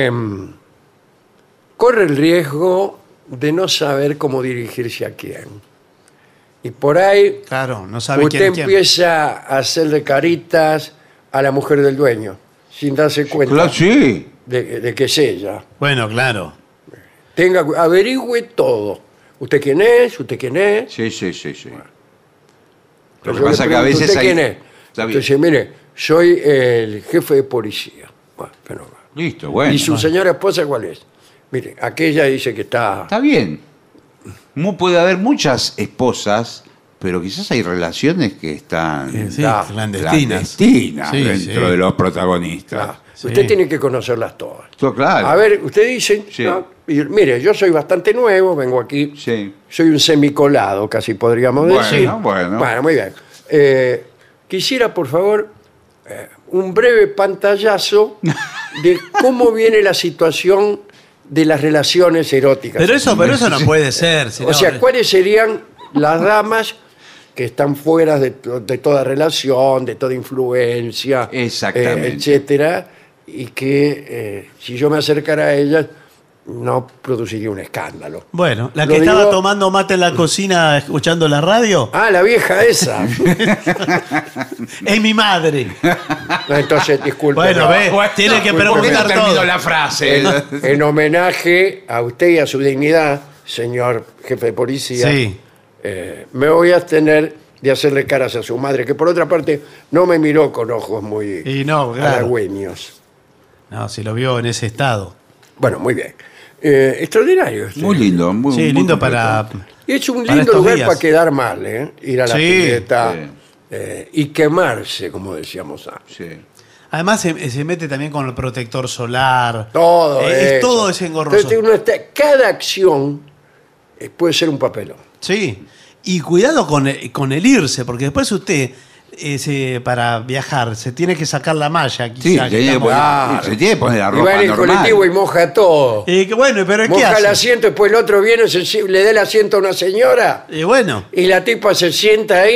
corre el riesgo de no saber cómo dirigirse a quién. Y por ahí Claro, no sabe usted quién es quién. empieza a hacerle caritas a la mujer del dueño, sin darse cuenta Claro, sí. de que es ella. Bueno, claro. Averigüe todo. ¿Usted quién es? ¿Usted quién es? Sí, sí, sí, sí. Lo que Yo le pasa es que a pregunto, veces ¿usted hay... quién es? Está bien. Entonces, mire, soy el jefe de policía. Bueno, fenómeno. Listo, bueno. ¿Y su señora esposa cuál es? Mire, aquella dice que está... Está bien. Puede haber muchas esposas, pero quizás hay relaciones que están Sí, Claro, clandestinas. clandestinas Sí, dentro sí. de los protagonistas. Claro. Sí. Usted tiene que conocerlas todas. Todo claro. A ver, usted dice, Sí. no, y mire, yo soy bastante nuevo, vengo aquí, Sí. soy un semicolado, casi podríamos Bueno, decir. bueno. Bueno, muy bien. Quisiera, por favor, un breve pantallazo de cómo viene la situación de las relaciones eróticas. Pero eso no puede ser. si O no- sea, ¿cuáles serían las damas que están fuera de toda relación, de toda influencia, Exactamente. etcétera, y que si yo me acercara a ellas no produciría un escándalo? Bueno, la Lo que estaba digo- tomando mate en la cocina escuchando la radio Ah, la vieja esa. es mi madre. No, entonces, disculpe. Bueno, no. ve, tiene que ¿Por qué no preguntar terminó todo. la frase? En homenaje a usted y a su dignidad, señor jefe de policía, Sí. me voy a abstener de hacerle caras a su madre, que por otra parte no me miró con ojos muy Y no, claro. halagüeños. No, si lo vio en ese estado. Bueno, muy bien. Extraordinario. este. Muy lindo. Muy, Sí, muy lindo completo. para. Y es un Para lindo estos lugar días. para quedar mal, ¿eh? Ir a la Sí, pileta sí. y quemarse, como decíamos antes. Sí. Además se mete también con el protector solar. Todo eso. Todo es engorroso. Entonces, cada acción puede ser un papelón. Sí. Y cuidado con el irse, porque después usted, para viajar, se tiene que sacar la malla. Sí, Quizá, que tiene que estamos- poner- Claro. se tiene que poner la Y va ropa en el normal. colectivo y moja todo. Que bueno, pero ¿qué Moja el hace? asiento, después el otro viene, le da el asiento a una señora Y bueno, y la tipa se sienta ahí y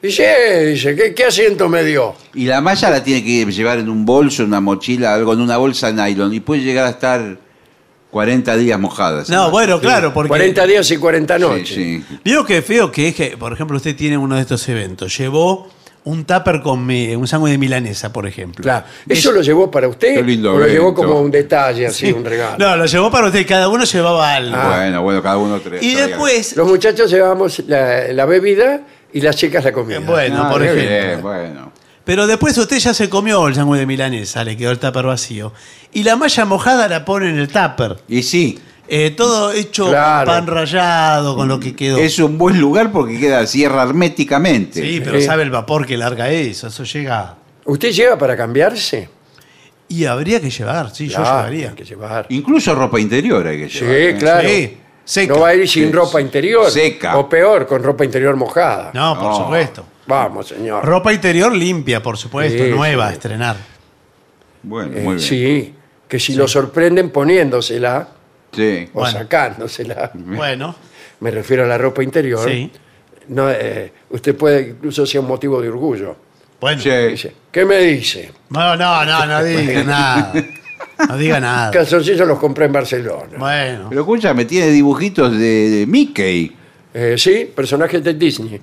Y sí, dice, ¿qué asiento me dio? Y la malla la tiene que llevar en un bolso, en una mochila, algo, en una bolsa de nylon. Y puede llegar a estar 40 días mojada. esa No, malla. bueno, claro, porque 40 días y 40 noches. Sí, sí. veo que feo que es que, por ejemplo, usted tiene uno de estos eventos, llevó un tupper con un sándwich de milanesa, por ejemplo. Claro. ¿Eso lo llevó para usted? Qué lindo ¿O lo llevó evento. como un detalle, así, un regalo? No, lo llevó para usted, cada uno llevaba algo. Bueno, cada uno tres. Y después, Los muchachos llevábamos la bebida y las chicas la comida. bueno, por qué ejemplo. bien, bueno. Pero después usted ya se comió el sándwich de milanesa, le quedó el tupper vacío. Y la malla mojada la pone en el tupper. Y sí, Todo hecho Claro. con pan rallado, con lo que quedó. es un buen lugar porque cierra herméticamente. Sí, pero Sí. sabe el vapor que larga eso llega. ¿Usted lleva para cambiarse? Y habría que llevar, sí, yo Claro, llevaría. hay que llevar. Incluso ropa interior hay que Sí, llevar. ¿eh? claro. Sí, seca. No va a ir sin Sí, ropa interior. seca. O peor, con ropa interior mojada. No, por No. supuesto. Vamos, señor. Ropa interior limpia, por supuesto, Sí, nueva, a sí. estrenar. Bueno, muy bien. Sí, que si lo sorprenden poniéndosela Sí. o Bueno. sacándosela, Bueno, me refiero a la ropa interior, sí. no, usted puede incluso ser un motivo de orgullo. Bueno. Sí. Dice, ¿qué me dice? No diga nada. No diga nada. Calzoncillos los compré en Barcelona. Bueno. Pero escúchame, tiene dibujitos de Mickey. Sí, personajes de Disney.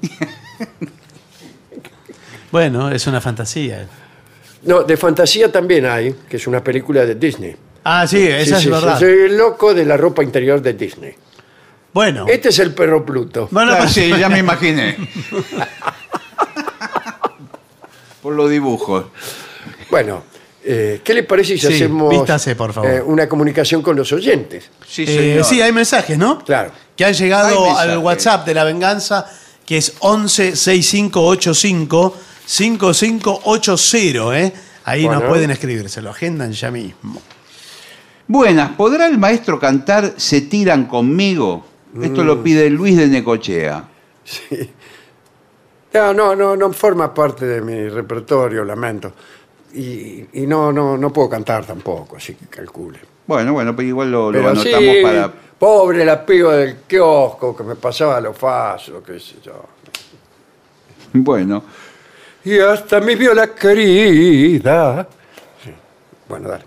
Bueno, es una fantasía. No, de fantasía también hay, que es una película de Disney. Ah, sí, esa Sí, es sí, verdad. sí, soy el loco de la ropa interior de Disney. Bueno. Este es el perro Pluto. Bueno, Claro, pues- sí, ya me imaginé. Por los dibujos. Bueno, ¿qué le parece si Sí, hacemos vístase, por favor. una comunicación con los oyentes? Sí, señor. sí, hay mensajes, ¿no? Claro. Que han llegado Hay mensajes. al WhatsApp de La Venganza, que es 11 6585 5580, ¿eh? Ahí Bueno. nos pueden escribir, se lo agendan ya mismo. Buenas, ¿podrá el maestro cantar Se tiran conmigo? Esto lo pide Luis de Necochea. No forma parte de mi repertorio, lamento. Y no puedo cantar tampoco, así que calcule. Bueno, pero igual lo Pero anotamos sí, para... pobre la piba del kiosco que me pasaba los fasos, qué sé yo. Bueno, Y hasta mi viola querida. Sí. Bueno, dale.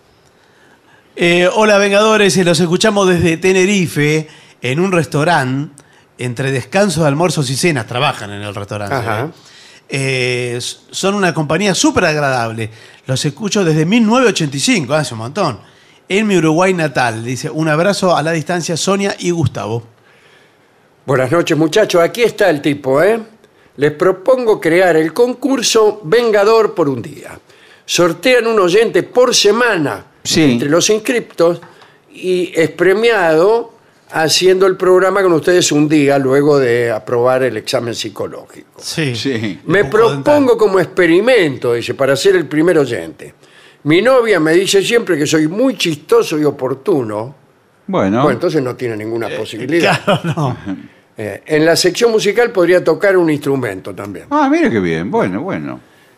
Hola Vengadores, los escuchamos desde Tenerife, en un restaurante, entre descansos, almuerzos y cenas, trabajan en el restaurante. Ajá. Son una compañía súper agradable. Los escucho desde 1985, hace un montón. En mi Uruguay natal. Dice, un abrazo a la distancia, Sonia y Gustavo. Buenas noches, muchachos. Aquí está el tipo, ¿eh? Les propongo crear el concurso Vengador por un día. Sortean un oyente por semana Sí. entre los inscriptos y es premiado haciendo el programa con ustedes un día luego de aprobar el examen psicológico. Sí. sí. Me propongo como experimento, dice, para ser el primer oyente. Mi novia me dice siempre que soy muy chistoso y oportuno. Bueno, Bueno, entonces no tiene ninguna posibilidad. Claro, no. En la sección musical podría tocar un instrumento también. Ah, mire qué bien. Bueno. Bueno,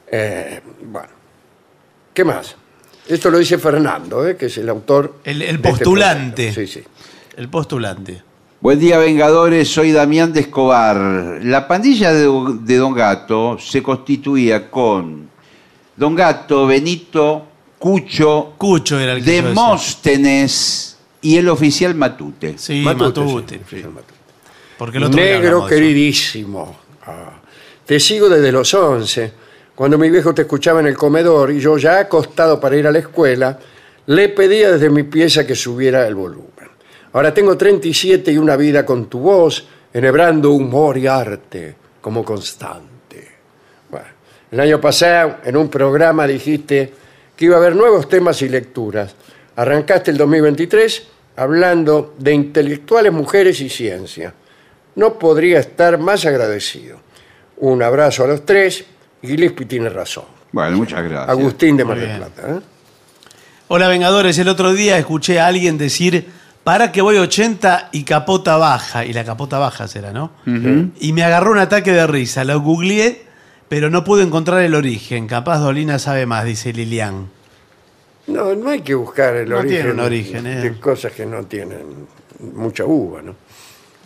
¿qué más? Esto lo dice Fernando, que es el autor. El de este postulante. programa. Sí. El postulante. Buen día, Vengadores. Soy Damián de Escobar. La pandilla de Don Gato se constituía con Don Gato, Benito, Cucho, Cucho era el que yo decía. Demóstenes y el oficial Matute. Sí, Matute, Matute. sí, Matute. Porque el otro día Negro hablamos de eso. queridísimo. Te sigo desde los 11, cuando mi viejo te escuchaba en el comedor y yo ya acostado para ir a la escuela, le pedía desde mi pieza que subiera el volumen. Ahora tengo 37 y una vida con tu voz, enhebrando humor y arte como constante. Bueno, el año pasado en un programa dijiste que iba a haber nuevos temas y lecturas. Arrancaste el 2023 hablando de intelectuales, mujeres y ciencia. No podría estar más agradecido. Un abrazo a los tres. Y Gillespie tiene razón. Bueno, muchas gracias. Agustín de Mar Muy del bien. Plata. Hola Vengadores, el otro día escuché a alguien decir, para que voy 80 y capota baja, y la capota baja será, ¿no? Y me agarró un ataque de risa, lo googleé, pero no pude encontrar el origen. Capaz Dolina sabe más, dice Lilian. No hay que buscar el No origen, tiene un origen, de cosas que no tienen mucha uva, ¿no?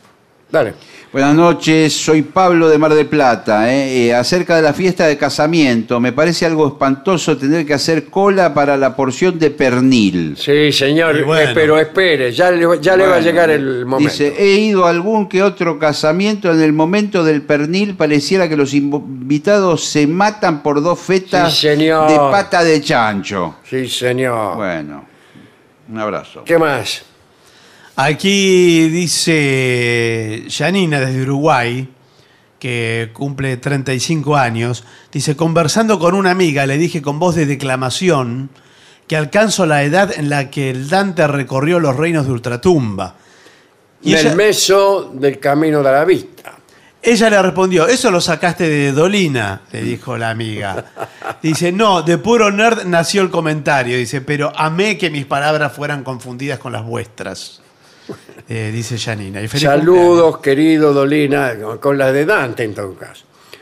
Dale. Buenas noches, soy Pablo de Mar del Plata. Acerca de la fiesta de casamiento, me parece algo espantoso tener que hacer cola para la porción de pernil. Sí, señor, Y bueno. pero espere, ya le va a Bueno, llegar el momento. Dice, he ido a algún que otro casamiento, en el momento del pernil pareciera que los invitados se matan por 2 fetas Sí, señor. de pata de chancho. Sí, señor. Bueno, un abrazo. ¿Qué más? Aquí dice Janina desde Uruguay, que cumple 35 años, dice, conversando con una amiga, le dije con voz de declamación que alcanzo la edad en la que el Dante recorrió los reinos de ultratumba. Y Nel ella, meso del camino de la vista. ella le respondió, eso lo sacaste de Dolina, le dijo la amiga. Dice, no, de puro nerd nació el comentario, dice, pero amé que mis palabras fueran confundidas con las vuestras. Dice Janina. Y feliz Saludos, querido Dolina, con las de Dante en todo caso.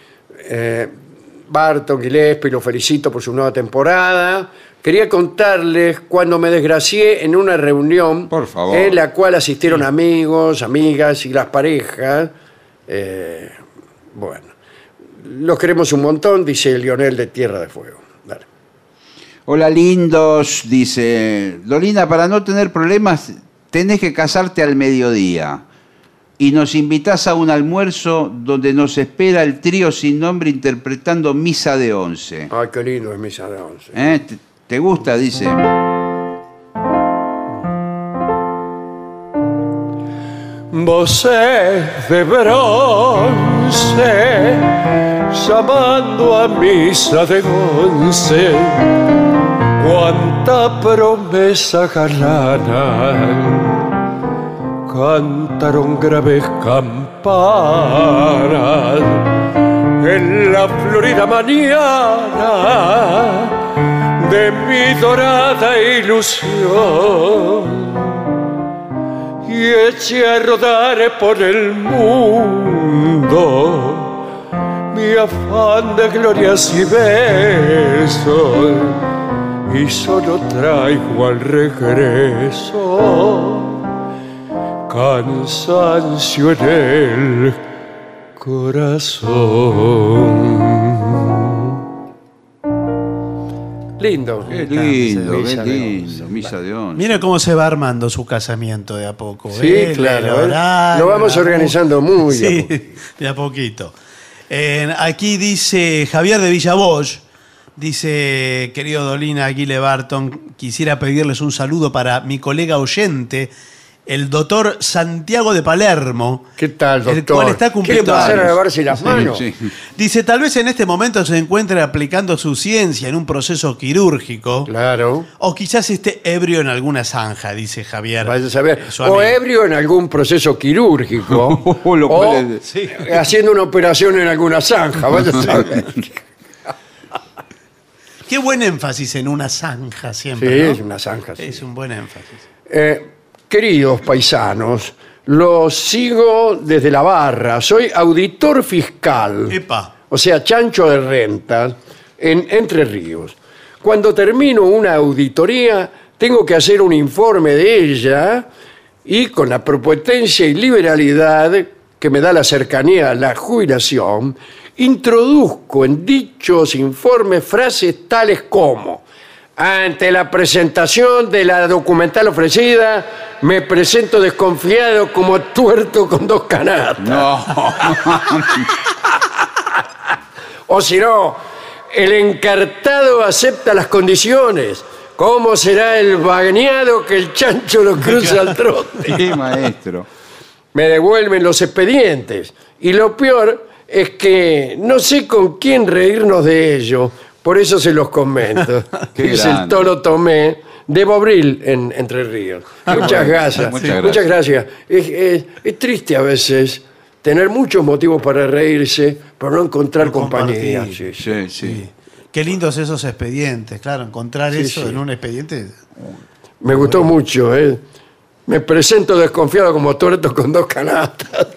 Barton Gillespie, lo felicito por su nueva temporada. Quería contarles cuando me desgracié en una reunión Por favor. en la cual asistieron amigos, amigas y las parejas. Bueno, los queremos un montón, dice Lionel de Tierra de Fuego. Dale. Hola lindos, dice Dolina, para no tener problemas tenés que casarte al mediodía y nos invitás a un almuerzo donde nos espera el trío sin nombre interpretando Misa de 11. Ay, qué lindo es Misa de 11. ¿Te gusta? Dice. Voces de bronce llamando a misa de 11. Cuánta promesa galana cantaron graves campanas en la florida mañana de mi dorada ilusión. Y eché a rodar por el mundo mi afán de glorias y besos, y solo traigo al regreso cansancio en el corazón. Lindo. Qué lindo, Misa qué de lindo. 11. Misa de 11. Mira cómo se va armando su casamiento de a poco. Sí, claro. El horario, Lo vamos organizando muy de a Sí, de a poquito. Aquí dice Javier de Villavoz, dice, querido Dolina, Aguile Barton, quisiera pedirles un saludo para mi colega oyente, el doctor Santiago de Palermo. ¿Qué tal, doctor? El cual está cumpliendo ¿Quiere pasar a años. lavarse las manos? Sí. Dice, tal vez en este momento se encuentre aplicando su ciencia en un proceso quirúrgico. Claro. O quizás esté ebrio en alguna zanja, dice Javier. Vaya a saber. su O amigo. ebrio en algún proceso quirúrgico. Lo o puede- Sí. haciendo una operación en alguna zanja. Vaya a saber. Qué buen énfasis en una zanja Sí, siempre, ¿no? es una zanja. Sí. Es un buen énfasis. Queridos paisanos, los sigo desde la barra. Soy auditor fiscal. Epa. O sea, chancho de rentas, en Entre Ríos. Cuando termino una auditoría, tengo que hacer un informe de ella y con la propotencia y liberalidad que me da la cercanía a la jubilación, introduzco en dichos informes frases tales como: ante la presentación de la documental ofrecida, me presento desconfiado como tuerto con 2 canastas. No. O si no, el encartado acepta las condiciones. ¿Cómo será el bañado que el chancho lo cruza al trote? Qué maestro. Me devuelven los expedientes. Y lo peor es que no sé con quién reírnos de ello. Por eso se los comento. Qué Es el grande. Toro Tomé de Bobril en Entre Ríos. Muchas gracias. Muchas gracias. Es triste a veces tener muchos motivos para reírse, pero no encontrar No compañía. compartir. Sí, sí. Sí, sí. Sí. Qué lindos esos expedientes, claro, encontrar Sí, eso sí. en un expediente. Me gustó mucho. Me presento desconfiado como tuerto con 2 canastas.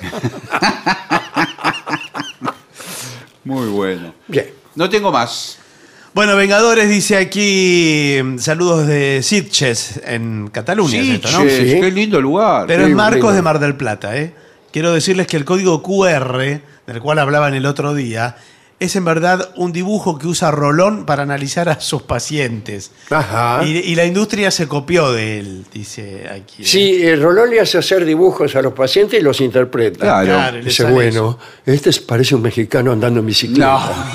Muy bueno. Bien. No tengo más. Bueno, Vengadores dice aquí, saludos de Sitges, en Cataluña, es esto, ¿no? Sitges, Sí. qué lindo lugar. Pero Sí, es Marcos lindo. de Mar del Plata, ¿eh? quiero decirles que el código QR, del cual hablaban el otro día, es en verdad un dibujo que usa Rolón para analizar a sus pacientes. Ajá. Y la industria se copió de él, dice aquí. Sí, el Rolón le hace hacer dibujos a los pacientes y los interpreta. Claro. le Dice, sale bueno, este parece un mexicano andando en bicicleta.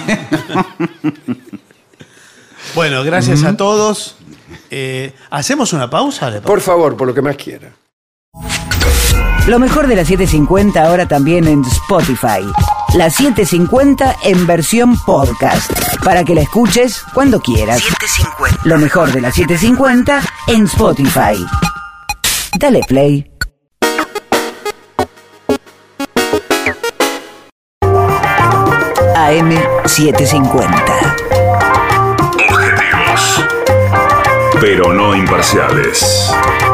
Bueno, gracias a todos. ¿Hacemos una pausa? ¿Le Por favor, por lo que más quiera. Lo mejor de la 750 ahora también en Spotify. La 750 en versión podcast. Para que la escuches cuando quieras. 750. Lo mejor de la 750 en Spotify. Dale play. AM750. Objetivos, pero no imparciales.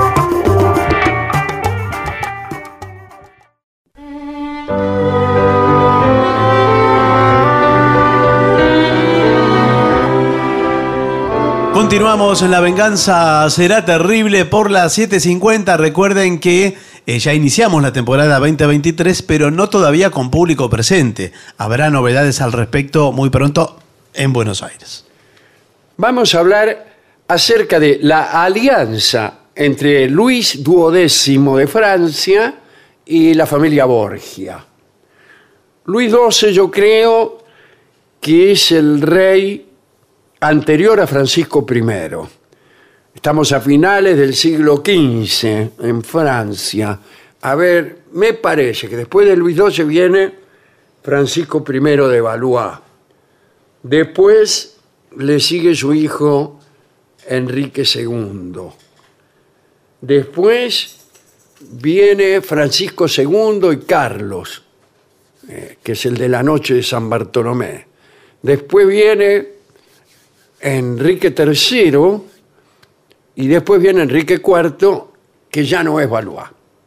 Continuamos en La Venganza Será Terrible por las 7:50. Recuerden que ya iniciamos la temporada 2023, pero no todavía con público presente. Habrá novedades al respecto muy pronto en Buenos Aires. Vamos a hablar acerca de la alianza entre Luis XII de Francia y la familia Borgia. Luis XII yo creo que es el rey anterior a Francisco I. Estamos a finales del siglo XV en Francia. A ver, me parece que después de Luis XII viene Francisco I de Valois. Después le sigue su hijo Enrique II. Después viene Francisco II y Carlos, que es el de la noche de San Bartolomé. Después viene Enrique III y después viene Enrique IV, que ya no es Valois.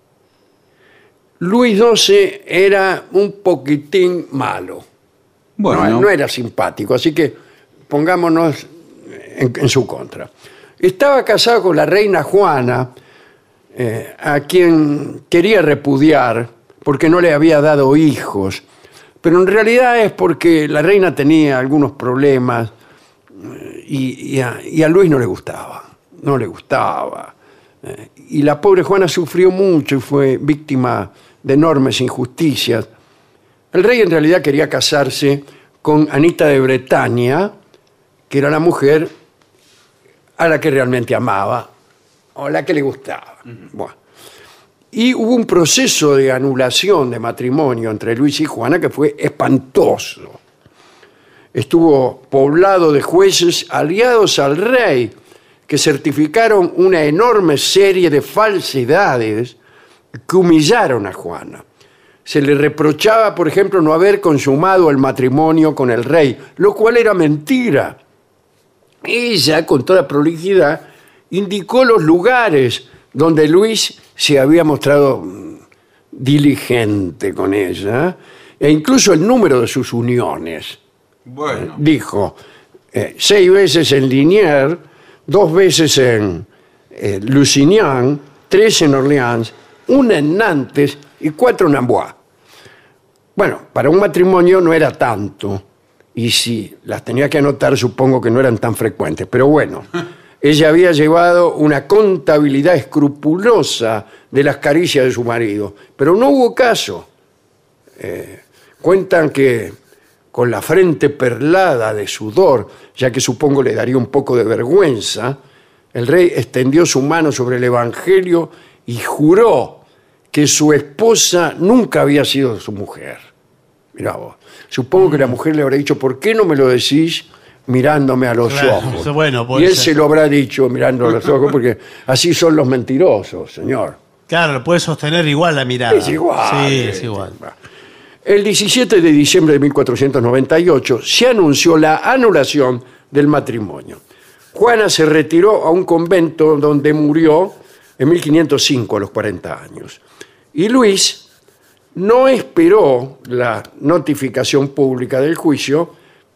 Luis XII era un poquitín malo. Bueno, No era simpático, así que pongámonos en su contra. Estaba casado con la reina Juana, a quien quería repudiar porque no le había dado hijos. Pero en realidad es porque la reina tenía algunos problemas y a Luis no le gustaba. Y la pobre Juana sufrió mucho y fue víctima de enormes injusticias. El rey en realidad quería casarse con Anita de Bretaña, que era la mujer a la que realmente amaba o la que le gustaba. Bueno. Y hubo un proceso de anulación de matrimonio entre Luis y Juana que fue espantoso. Estuvo poblado de jueces aliados al rey que certificaron una enorme serie de falsedades que humillaron a Juana. Se le reprochaba, por ejemplo, no haber consumado el matrimonio con el rey, lo cual era mentira. Ella, con toda prolijidad, indicó los lugares donde Luis se había mostrado diligente con ella, e incluso el número de sus uniones. Bueno. Dijo 6 veces en Liniers, 2 veces en Lusignan, 3 en Orleans, 1 en Nantes y 4 en Amboise. Bueno, para un matrimonio no era tanto, y si las tenía que anotar supongo que no eran tan frecuentes, pero bueno, ella había llevado una contabilidad escrupulosa de las caricias de su marido, pero no hubo caso. Cuentan que con la frente perlada de sudor, ya que supongo le daría un poco de vergüenza, el rey extendió su mano sobre el Evangelio y juró que su esposa nunca había sido su mujer. Mirá vos, supongo que la mujer le habrá dicho, ¿por qué no me lo decís mirándome a los ojos? Bueno, y él se lo habrá dicho mirando a los ojos, porque así son los mentirosos, señor. Claro, lo puede sostener igual la mirada. Es igual. Sí, es igual. El 17 de diciembre de 1498 se anunció la anulación del matrimonio. Juana se retiró a un convento donde murió en 1505 a los 40 años. Y Luis no esperó la notificación pública del juicio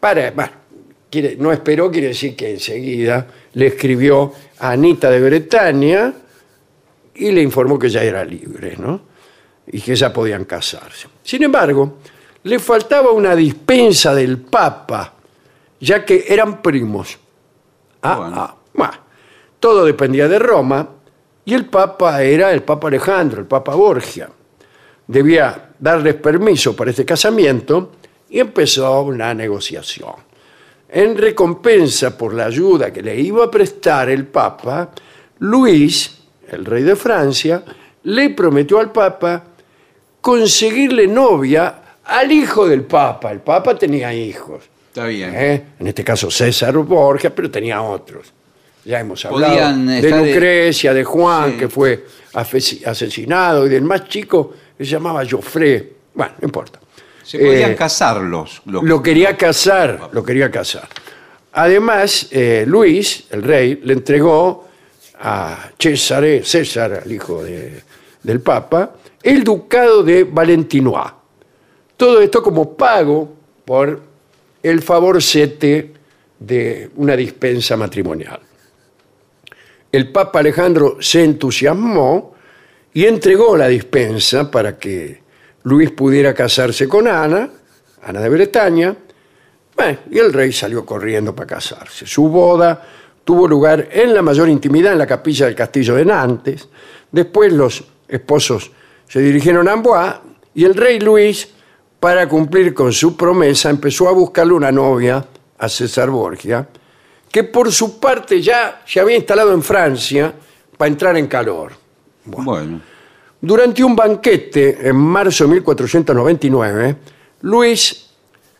no esperó, quiere decir que enseguida le escribió a Anita de Bretaña y le informó que ya era libre, ¿no? y que ya podían casarse. Sin embargo, le faltaba una dispensa del Papa, ya que eran primos. Bueno, todo dependía de Roma y el Papa era el Papa Alejandro, el Papa Borgia. Debía darles permiso para este casamiento y empezó una negociación. En recompensa por la ayuda que le iba a prestar el Papa, Luis, el rey de Francia, le prometió al Papa conseguirle novia al hijo del Papa. El Papa tenía hijos. Está bien. En este caso César Borgia, pero tenía otros. Ya hemos hablado Podían de estar Lucrecia, de Juan, Sí. que fue asesinado, y del más chico que se llamaba Joffre. Bueno, no importa. Se podían casar los Lo quería casar, lo quería casar. Además, Luis, el rey, le entregó a César, el hijo del Papa, el ducado de Valentinois. Todo esto como pago por el favorcete de una dispensa matrimonial. El Papa Alejandro se entusiasmó y entregó la dispensa para que Luis pudiera casarse con Ana de Bretaña. Bueno, y el rey salió corriendo para casarse. Su boda tuvo lugar en la mayor intimidad en la capilla del castillo de Nantes. Después los esposos se dirigieron a Amboise y el rey Luis, para cumplir con su promesa, empezó a buscarle una novia a César Borgia, que por su parte ya se había instalado en Francia para entrar en calor. Bueno. Durante un banquete en marzo de 1499, Luis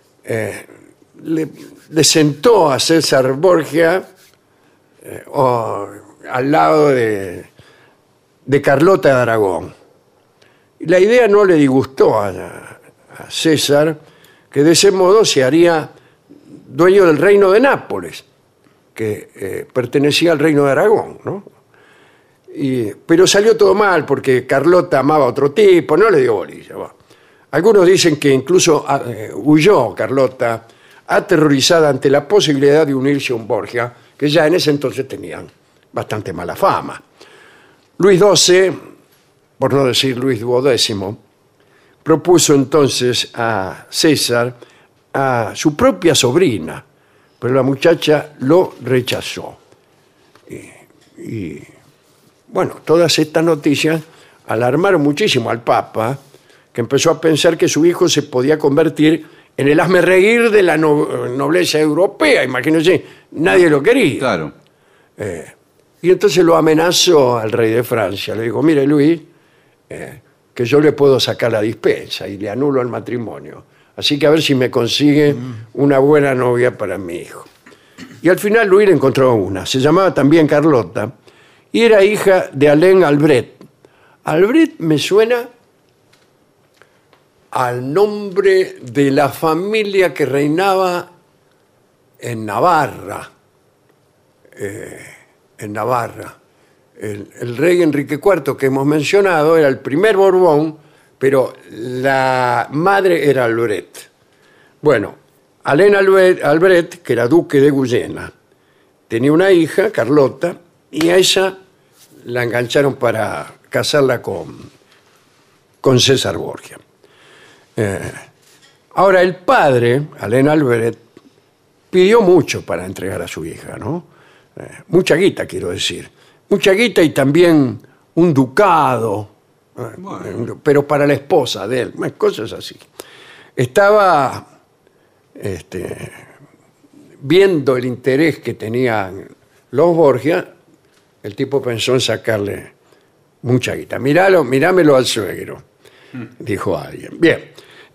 le sentó a César Borgia al lado de Carlota de Aragón. Y la idea no le disgustó a César, que de ese modo se haría dueño del reino de Nápoles, que pertenecía al reino de Aragón, ¿no? Pero salió todo mal porque Carlota amaba a otro tipo, no le dio bolilla. Bueno. Algunos dicen que incluso huyó Carlota, aterrorizada ante la posibilidad de unirse a un Borgia, que ya en ese entonces tenían bastante mala fama. Luis XII, por no decir Luis XII, propuso entonces a César a su propia sobrina, pero la muchacha lo rechazó. Y bueno, todas estas noticias alarmaron muchísimo al Papa, que empezó a pensar que su hijo se podía convertir en el hazmerreír de la nobleza europea. Imagínense, nadie lo quería. Claro. Y entonces lo amenazó al rey de Francia. Le dijo, mire Luis, que yo le puedo sacar la dispensa y le anulo el matrimonio. Así que a ver si me consigue una buena novia para mi hijo. Y al final Luis le encontró una. Se llamaba también Carlota y era hija de Alain Albret. Albret me suena al nombre de la familia que reinaba en Navarra. El rey Enrique IV que hemos mencionado era el primer Borbón, pero la madre era Albret. Bueno, Alain Albret, que era duque de Guyena, tenía una hija, Carlota, y a ella la engancharon para casarla con César Borgia. Ahora, el padre, Alain Albret, pidió mucho para entregar a su hija, ¿no? Mucha guita, quiero decir. Mucha guita y también un ducado, pero para la esposa de él, cosas así. Estaba viendo el interés que tenían los Borgia, el tipo pensó en sacarle mucha guita. Mirámelo al suegro, dijo alguien. Bien.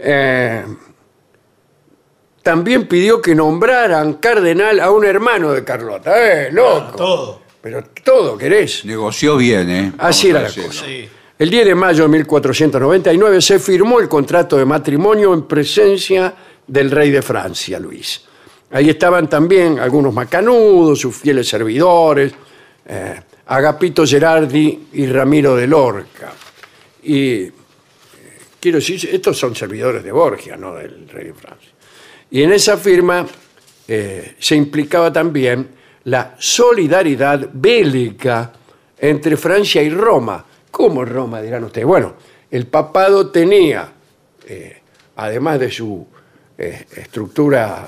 También pidió que nombraran cardenal a un hermano de Carlota. Loco. Todo. Pero todo querés. Negoció bien, ¿eh? Así era la Vamos a cosa. decirlo. Sí. El 10 de mayo de 1499 se firmó el contrato de matrimonio en presencia del rey de Francia, Luis. Ahí estaban también algunos macanudos, sus fieles servidores, Agapito Gerardi y Ramiro de Lorca. Y quiero decir, estos son servidores de Borgia, no del rey de Francia. Y en esa firma se implicaba también la solidaridad bélica entre Francia y Roma. ¿Cómo Roma, dirán ustedes? Bueno, El papado tenía, además de su estructura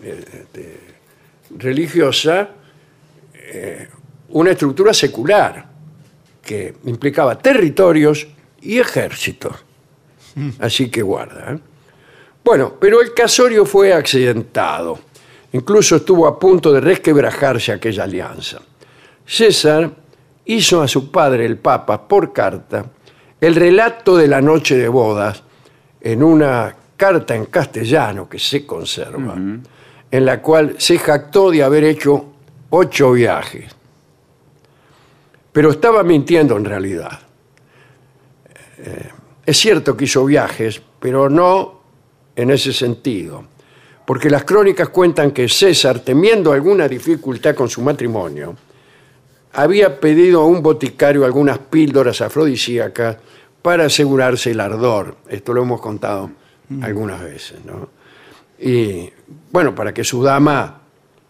religiosa, una estructura secular que implicaba territorios y ejércitos. Así que guarda. Bueno, pero el casorio fue accidentado. Incluso estuvo a punto de resquebrajarse aquella alianza. César hizo a su padre, el Papa, por carta, el relato de la noche de bodas en una carta en castellano que se conserva, en la cual se jactó de haber hecho 8 viajes. Pero estaba mintiendo en realidad. Es cierto que hizo viajes, pero no en ese sentido, porque las crónicas cuentan que César, temiendo alguna dificultad con su matrimonio, había pedido a un boticario algunas píldoras afrodisíacas para asegurarse el ardor. Esto lo hemos contado algunas veces, ¿no? Y bueno, para que su dama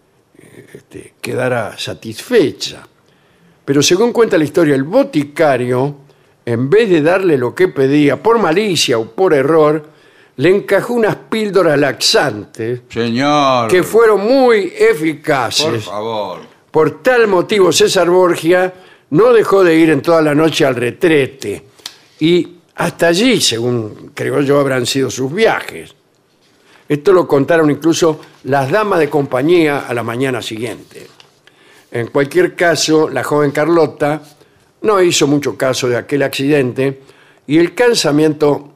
quedara satisfecha. Pero según cuenta la historia, el boticario, en vez de darle lo que pedía, por malicia o por error, le encajó unas píldoras laxantes Señor. que fueron muy eficaces. Por favor. Por tal motivo, César Borgia no dejó de ir en toda la noche al retrete. Y hasta allí, según creo yo, habrán sido sus viajes. Esto lo contaron incluso las damas de compañía a la mañana siguiente. En cualquier caso, la joven Carlota no hizo mucho caso de aquel accidente y el casamiento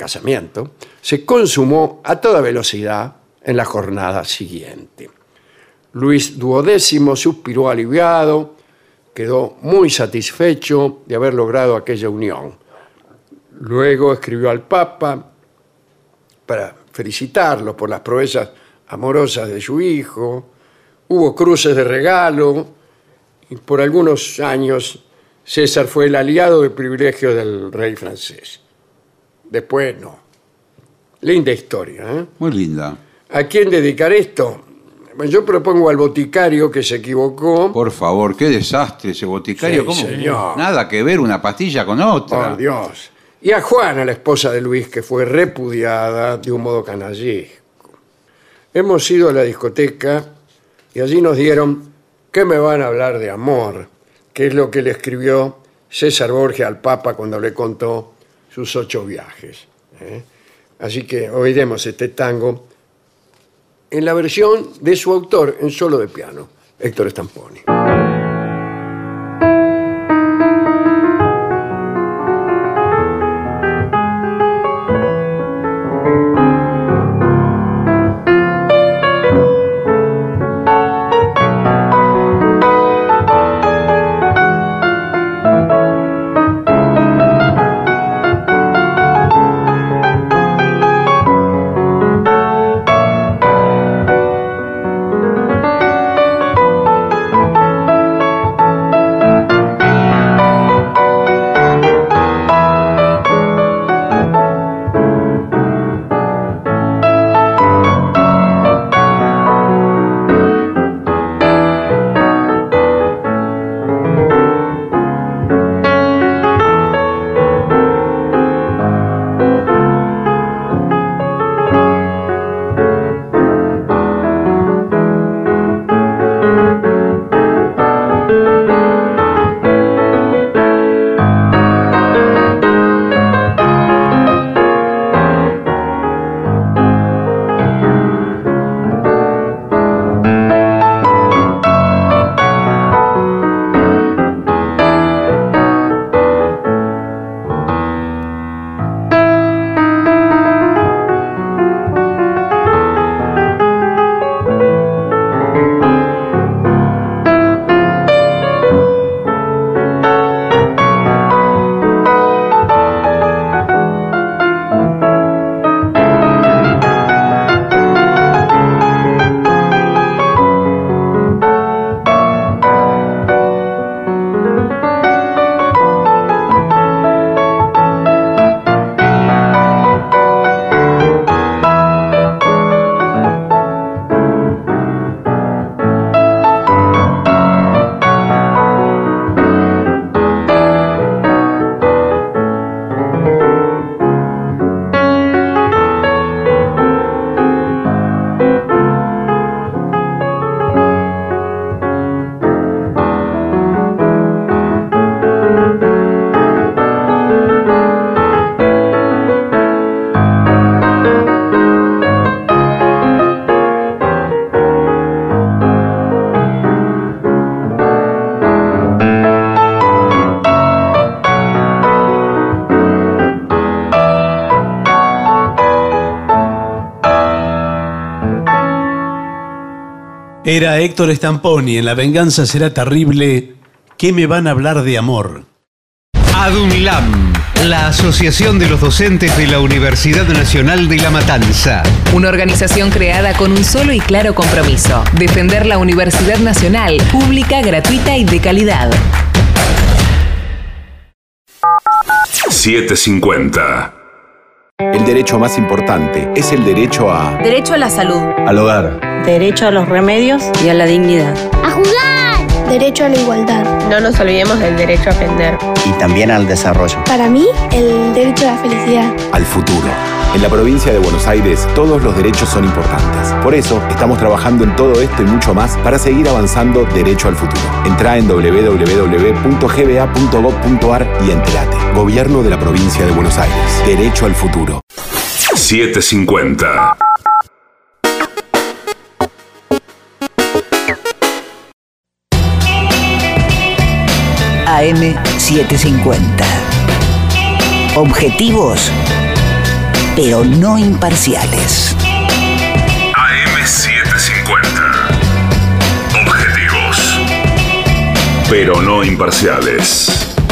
se consumó a toda velocidad en la jornada siguiente. Luis XII suspiró aliviado, quedó muy satisfecho de haber logrado aquella unión. Luego escribió al Papa para felicitarlo por las proezas amorosas de su hijo. Hubo cruces de regalo y por algunos años César fue el aliado de privilegio del rey francés. Después no. Linda historia, ¿eh? Muy linda. ¿A quién dedicar esto? Bueno, yo propongo al boticario que se equivocó. Por favor, qué desastre ese boticario. Sí, ¿Cómo? señor. Nada que ver una pastilla con otra. Por Dios. Y a Juana, la esposa de Luis, que fue repudiada de un modo canallesco. Hemos ido a la discoteca y allí nos dieron que me van a hablar de amor, que es lo que le escribió César Borgia al Papa cuando le contó sus 8 viajes. Así que oiremos este tango en la versión de su autor en solo de piano, Héctor Stamponi. Era Héctor Stamponi en La venganza será terrible. ¿Qué me van a hablar de amor? ADUNLAM, la Asociación de los Docentes de la Universidad Nacional de La Matanza. Una organización creada con un solo y claro compromiso: defender la Universidad Nacional, pública, gratuita y de calidad. 750. El derecho más importante es el derecho a... Derecho a la salud. Al hogar. Derecho a los remedios y a la dignidad. ¡A jugar! Derecho a la igualdad. No nos olvidemos del derecho a aprender. Y también al desarrollo. Para mí, el derecho a la felicidad. Al futuro. En la provincia de Buenos Aires, todos los derechos son importantes. Por eso, estamos trabajando en todo esto y mucho más para seguir avanzando derecho al futuro. Entrá en www.gba.gov.ar y entérate. Gobierno de la provincia de Buenos Aires. Derecho al futuro. 750. AM750. Objetivos, pero no imparciales. AM750. Objetivos, pero no imparciales.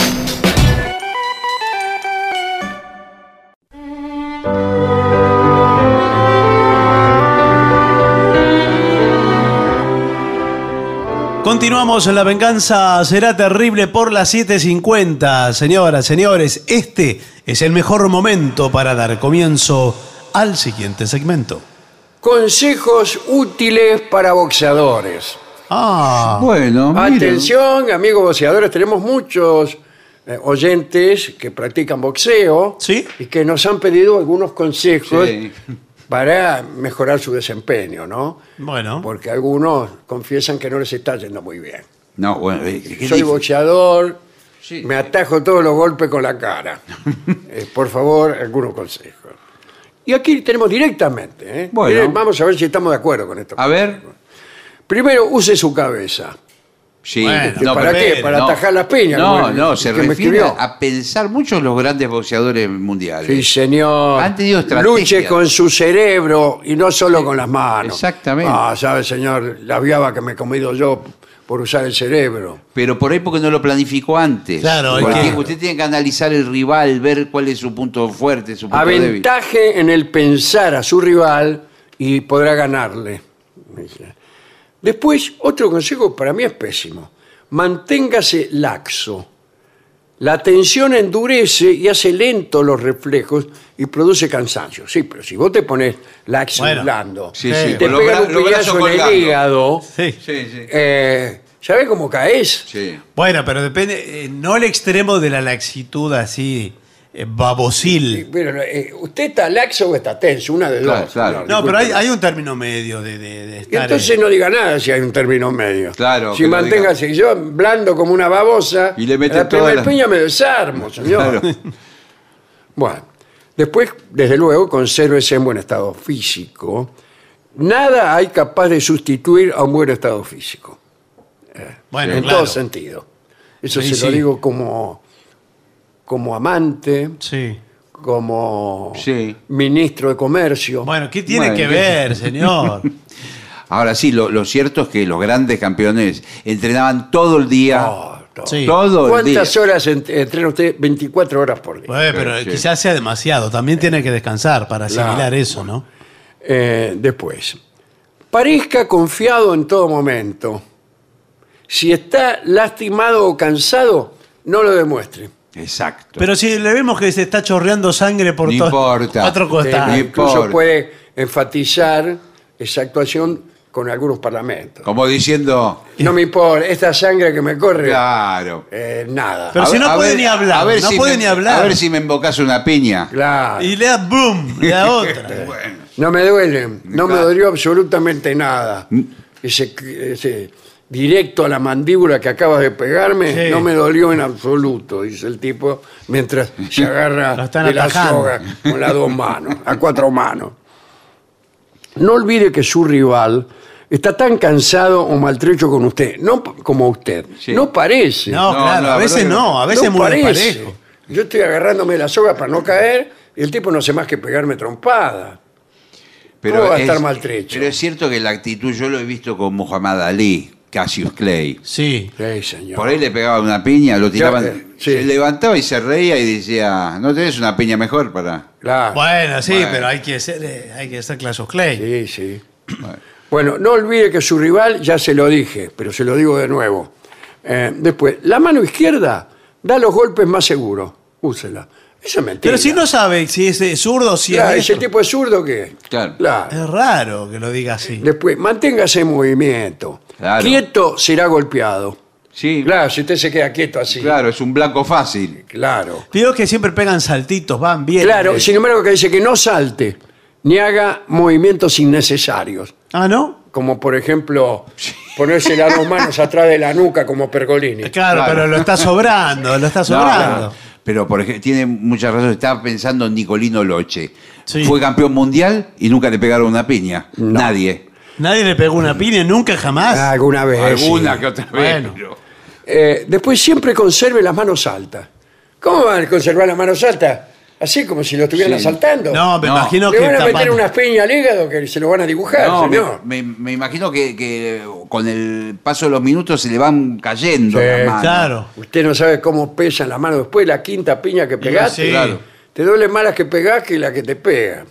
Continuamos en La venganza será terrible por las 7:50. Señoras, señores, este es el mejor momento para dar comienzo al siguiente segmento. Consejos útiles para boxeadores. Bueno, miren. Atención, amigos boxeadores, tenemos muchos oyentes que practican boxeo. ¿Sí? Y que nos han pedido algunos consejos Sí. para mejorar su desempeño, ¿no? Bueno. Porque algunos confiesan que no les está yendo muy bien. No, bueno, Soy boxeador, Sí. me atajo todos los golpes con la cara. Por favor, algunos consejos. Y aquí tenemos directamente, ¿eh? Bueno. Miren, vamos a ver si estamos de acuerdo con esto. A ver. Primero, use su cabeza. Sí. Bueno, ¿Para qué? ¿Para atajar las piñas? No, Como el no, se que me refiere escribió. a pensar muchos los grandes boxeadores mundiales. Sí, señor. Han tenido estrategias. Luche con su cerebro y no solo con las manos. Exactamente. Ah, sabe, señor, la viaba que me he comido yo por usar el cerebro. Pero por ahí porque no lo planificó antes. Claro, hay Porque que- usted tiene que analizar el rival, ver cuál es su punto fuerte, su punto débil. Aventaje en el pensar a su rival y podrá ganarle. Después, otro consejo para mí es pésimo. Manténgase laxo. La tensión endurece y hace lento los reflejos y produce cansancio. Sí, pero si vos te pones laxo y Bueno. blando Sí, y sí, te con los pegan un los brazos piñazo en el colgando. hígado, Sí. Sí, sí. ¿sabés cómo caes? Sí. Bueno, pero depende, no el extremo de la laxitud así, babosil. Pero, ¿usted está laxo o está tenso? Una de Claro, dos. claro. señor, No, pero disculpe. hay un término medio de Y estar... entonces no diga nada si hay un término medio. Claro, Si que lo manténgase yo blando como una babosa, Y le mete la toda primera la- piña me desarmo, señor. Claro. Bueno, después, desde luego, consérvese en buen estado físico. Nada hay capaz de sustituir a un buen estado físico. Bueno, en claro. todo sentido. Eso Sí, se lo sí. digo como amante, Sí. como Sí. ministro de comercio. Bueno, ¿qué tiene Bueno, que ¿qué- ver, señor? Ahora sí, lo cierto es que los grandes campeones entrenaban todo el día. Todo. Sí. Todo el día. ¿Cuántas horas entrena usted? 24 horas por día. Bueno, pero Sí. quizás sea demasiado. También tiene que descansar para asimilar Claro. eso, ¿no? Después, parezca confiado en todo momento. Si está lastimado o cansado, no lo demuestre. Exacto. Pero si le vemos que se está chorreando sangre por No todos importa. cuatro costados. No Incluso importa. puede enfatizar esa actuación con algunos parlamentos. Como diciendo, No me importa, esta sangre que me corre, claro. nada. Pero si no A puede ver- ni hablar, a ver no si puede me- ni hablar. A ver si me embocas una piña. Claro. Y le da boom, le da otra. Bueno. No me duele, no me Claro. dolió absolutamente nada. Ese directo a la mandíbula que acabas de pegarme, Sí. no me dolió en absoluto, dice el tipo, mientras se Lo agarra están de la atajando. soga con las dos manos, a cuatro manos. No olvide que su rival está tan cansado o maltrecho con usted, no como usted. Sí. No parece. No, No, claro, no, a la veces verdad que no, a veces No muy parece. desparejo. Yo estoy agarrándome la soga para no caer y el tipo no hace más que pegarme trompada. ¿Cómo va a estar maltrecho? Pero es cierto que la actitud yo lo he visto con Muhammad Ali, Cassius Clay. Sí. Sí, señor. Por ahí le pegaban una piña, lo tiraban, sí. se levantaba y se reía y decía, ¿no tenés una piña mejor para...? Claro. Bueno, sí, Bueno. pero hay que ser Clash of Clay. Sí, sí. Bueno, no olvide que su rival, ya se lo dije, pero se lo digo de nuevo. Después, la mano izquierda da los golpes más seguros. Úsela. Eso es mentira. Pero si no sabe si es zurdo o si Claro, es ese diestro. tipo es zurdo, ¿qué? Claro. Es raro que lo diga así. Después, manténgase en movimiento. Claro. Quieto será golpeado. Sí, Claro, si usted se queda quieto así. claro, es un blanco fácil. Claro. Digo que siempre pegan saltitos, van bien. Claro, sin embargo, que dice que no salte ni haga movimientos innecesarios. Ah, ¿no? Como, por ejemplo, ponerse las dos manos atrás de la nuca como Pergolini. Claro, pero lo está sobrando, lo está No, sobrando. no. Pero por ejemplo, tiene mucha razón. Estaba pensando en Nicolino Loche. Sí. Fue campeón mundial y nunca le pegaron una piña. Nadie. Nadie le pegó una piña nunca jamás. Alguna vez. Alguna sí. que otra vez. Bueno. pero- Después siempre conserve las manos altas. ¿Cómo van a conservar las manos altas? Así como si lo estuvieran Sí. asaltando. No, me No. imagino Le que van a meter tapando. unas piñas al hígado que se lo van a dibujar, No, señor. me imagino que con el paso de los minutos se le van cayendo Sí, las manos. Claro. Usted no sabe cómo pesan las manos. Después la quinta piña que pegaste, sí. Claro. te duele más la que pegás que la que te pega.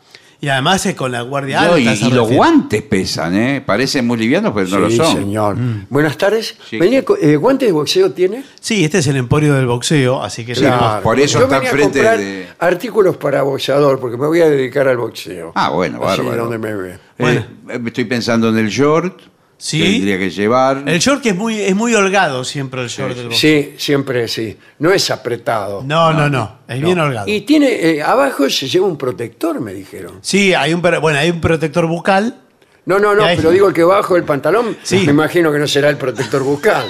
Y además es con la guardia No, alta. y se los refiere. guantes pesan, ¿eh? Parecen muy livianos, pero no lo Sí, son. señor. Buenas tardes. Sí. Venía ¿guantes de boxeo tiene? Sí, este es el emporio del boxeo, así que Claro. por eso Yo está venía a enfrente comprar de- artículos para boxeador, porque me voy a dedicar al boxeo. Ah, bueno, Así, bárbaro. donde me ve. Bueno. Estoy pensando en el short. Sí. Que tendría que llevar. El short que es muy holgado siempre el short del boxeo. Sí, siempre sí. No es apretado. No, es bien holgado. Y tiene, abajo se lleva un protector, me dijeron. Sí, hay un protector bucal. No, Ahí. pero digo el que bajo el pantalón, Sí. me imagino que no será el protector bucal.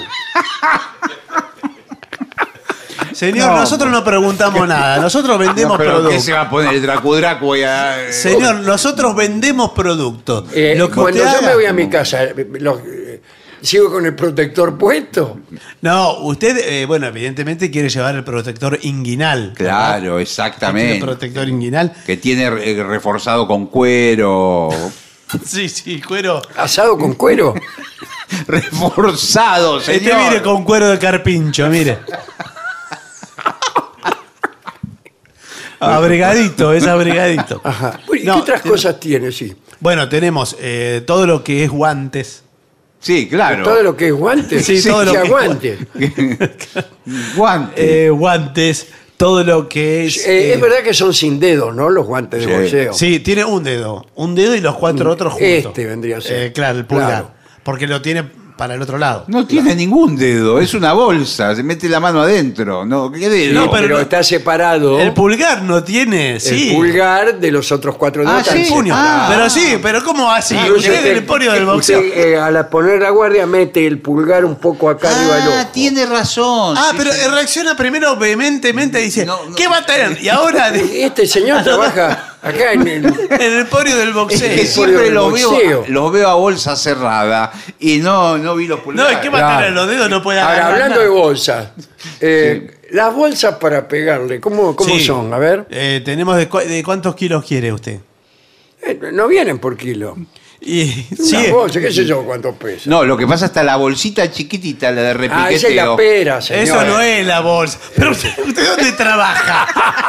Señor, No, nosotros no preguntamos nada. Nosotros vendemos No, pero ¿qué productos. se va a poner? El Dracu Señor, nosotros vendemos productos. Lo que Cuando usted yo haga- me voy a mi casa, ¿sigo con el protector puesto? No, usted, bueno, evidentemente quiere llevar el protector inguinal. Claro, ¿Tiene exactamente. protector inguinal? Que tiene reforzado con cuero. Sí, cuero. ¿Asado con cuero? Reforzado, señor. Este mire con cuero de carpincho, mire. Abrigadito, es abrigadito. Ajá. Bueno, ¿y No, qué otras tiene- cosas tiene? Sí. Bueno, tenemos todo lo que es guantes. Sí, claro. Todo lo que es guantes. Sí, todo lo que es guantes. Guante. Guantes, todo lo que es... Es verdad que son sin dedos, ¿no? Los guantes de Sí. boxeo. Sí, tiene un dedo y los cuatro otros juntos. Este vendría a ser. Claro, el pulgar. Claro. Porque lo tiene para el otro lado. No tiene ningún dedo, es una bolsa, se mete la mano adentro. No, ¿qué dedo? No, No, pero pero no- está separado El pulgar no tiene, sí. el pulgar de los otros cuatro dedos. Ah, están sí. Puño. separados. Pero sí, pero ¿cómo así? Entonces, Usted es el emporio del boxeo. usted, al poner la guardia, mete el pulgar un poco acá arriba del ojo. tiene razón. Ah, sí, pero sí. reacciona primero vehementemente y dice, No, no. ¿qué va a tener? Y ahora Este señor trabaja acá en el... en el emporio del Es boxeo. que el siempre del boxeo. los veo a bolsa cerrada y no vi los No, pulgares. ¿y qué va a Claro. tener? Los dedos no puede Ahora, agarrar hablando nada. de bolsas, las bolsas para pegarle, ¿cómo Sí. son? A ver, Tenemos de cuántos kilos quiere usted. no vienen por kilo. Y, Una sí, bolsa, qué sé yo cuánto pesa. No, lo que pasa está la bolsita chiquitita, la de repiqueteo. Ah, esa es la pera, señor. eso no es la bolsa. Pero usted ¿dónde trabaja?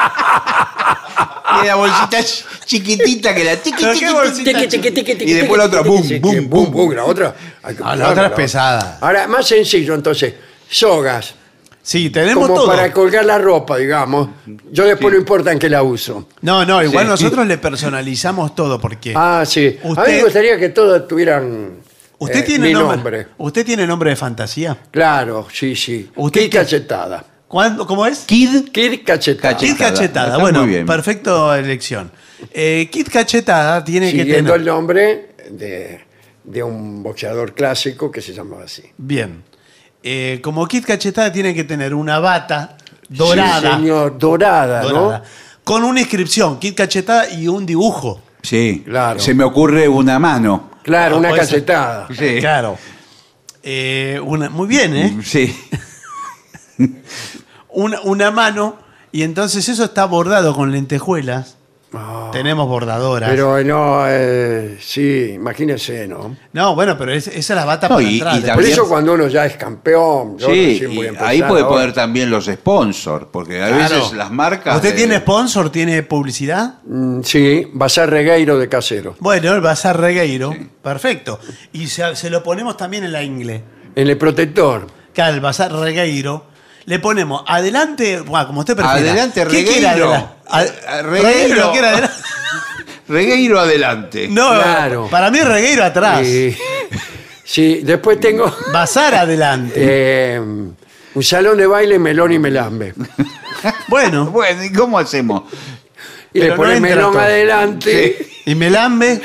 Y la bolsita chiquitita que la tiqui, ¿Pero tiqui, qué bolsita? Y después la otra, boom, boom, boom. La otra, hay que Ah, la otra es pegarla. pesada. Ahora, más sencillo, entonces, sogas, Sí, tenemos como todo. para colgar la ropa, digamos. Yo después no importa en qué la uso. No, igual Sí. nosotros le personalizamos todo porque Ah, sí. A mí Usted- me gustaría que todas tuvieran usted tiene mi nombre. nombre. ¿Usted tiene nombre de fantasía? Claro, sí, sí. ¿Usted Kid qué- Cachetada. ¿Cómo es? Kid. Kid Cachetada. Kid Cachetada. Está Bueno, muy bien. perfecto elección. Kid Cachetada tiene que Siguiendo tener... el nombre de un boxeador clásico que se llamaba así. Bien. Como Kid Cachetada tiene que tener una bata dorada. Sí, señor, dorada, dorada, ¿no? con una inscripción, Kid Cachetada y un dibujo. Sí, Claro. se me ocurre una mano. Claro, una puede ser. cachetada. Sí. Claro. Muy bien, ¿eh? Sí. Una mano, y entonces eso está bordado con lentejuelas. Tenemos bordadoras. Pero no, sí, imagínese, ¿no? No, bueno, pero esa es la bata No, para y entrar. también- Por eso cuando uno ya es campeón, yo Sí, recién voy a y empezar ahí puede ahora. poner también los sponsors, porque a Claro. veces las marcas... ¿Usted tiene sponsor? ¿Tiene publicidad? Sí, Bazar Regueiro de Casero. Bueno, el Bazar Regueiro. Perfecto. Y se lo ponemos también en la ingle. En el protector. Claro, el Bazar Regueiro. Le ponemos adelante, bueno, como usted prefiera. Adelante, ¿Qué quiere Regueiro. Regueiro, ¿qué era adelante? Regueiro adelante. No, Claro. para mí Regueiro atrás. Sí, después tengo Bazar adelante. un salón de baile Melón y Melambe. Bueno, Bueno, ¿y cómo hacemos? Y Pero le pones no entra Melón todo. adelante. y Melambe.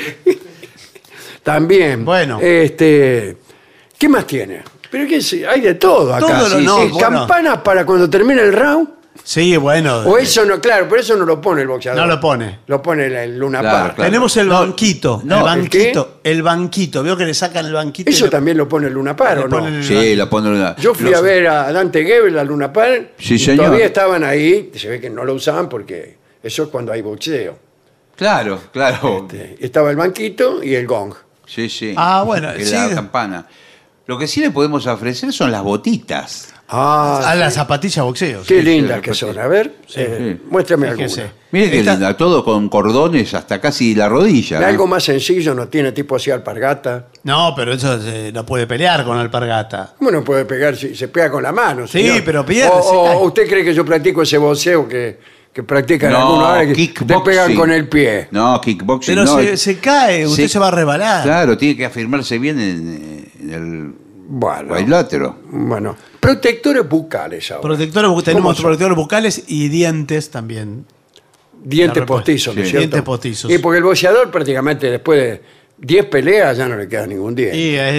También. Bueno. ¿Qué más tiene? Pero que hay de todo acá. Todo lo- Sí, no, sí. bueno. Campanas para cuando termine el round. Sí, bueno. O eso no, claro, pero eso no lo pone el boxeador. No lo pone. Lo pone el Luna Claro, Park. claro. Tenemos el banquito. no, el ¿el banquito. El banquito. Veo que le sacan el banquito. Eso y le- también lo pone el Luna Park, le ¿o no? ponen el- Sí, la pone una... Yo fui a ver a Dante Gebel, al Luna Park, Sí, y señor. todavía estaban ahí. Se ve que no lo usaban porque eso es cuando hay boxeo. Claro, claro. Estaba el banquito y el gong. Sí, sí. Ah, bueno, Que sí. la campana. Lo que sí le podemos ofrecer son las botitas. A las zapatillas boxeo. Qué sí. lindas sí, que sí. son. A ver, Sí. muéstrame Fíjese. alguna. Mire qué Esta- linda, todo con cordones hasta casi la rodilla. ¿no? Algo más sencillo, no tiene tipo así alpargata. No, pero eso no puede pelear con alpargata. ¿Cómo no puede pegar si se pega con la mano? Sí, señor? pero pierde, O, se cae. o usted cree que yo practico ese boxeo que practican algunos No, ahora que te kickboxing. pegan con el pie? No, kickboxing Pero no. se cae, usted se va a rebalar. Claro, tiene que afirmarse bien en el Bueno, cuadrilátero. bueno. Protectores bucales ahora. Protectores, tenemos son? protectores bucales y dientes también. Dientes La respuesta. postizos, ¿no es Sí. cierto? Dientes postizos. Y porque el boxeador prácticamente después de 10 peleas ya no le queda ningún diente.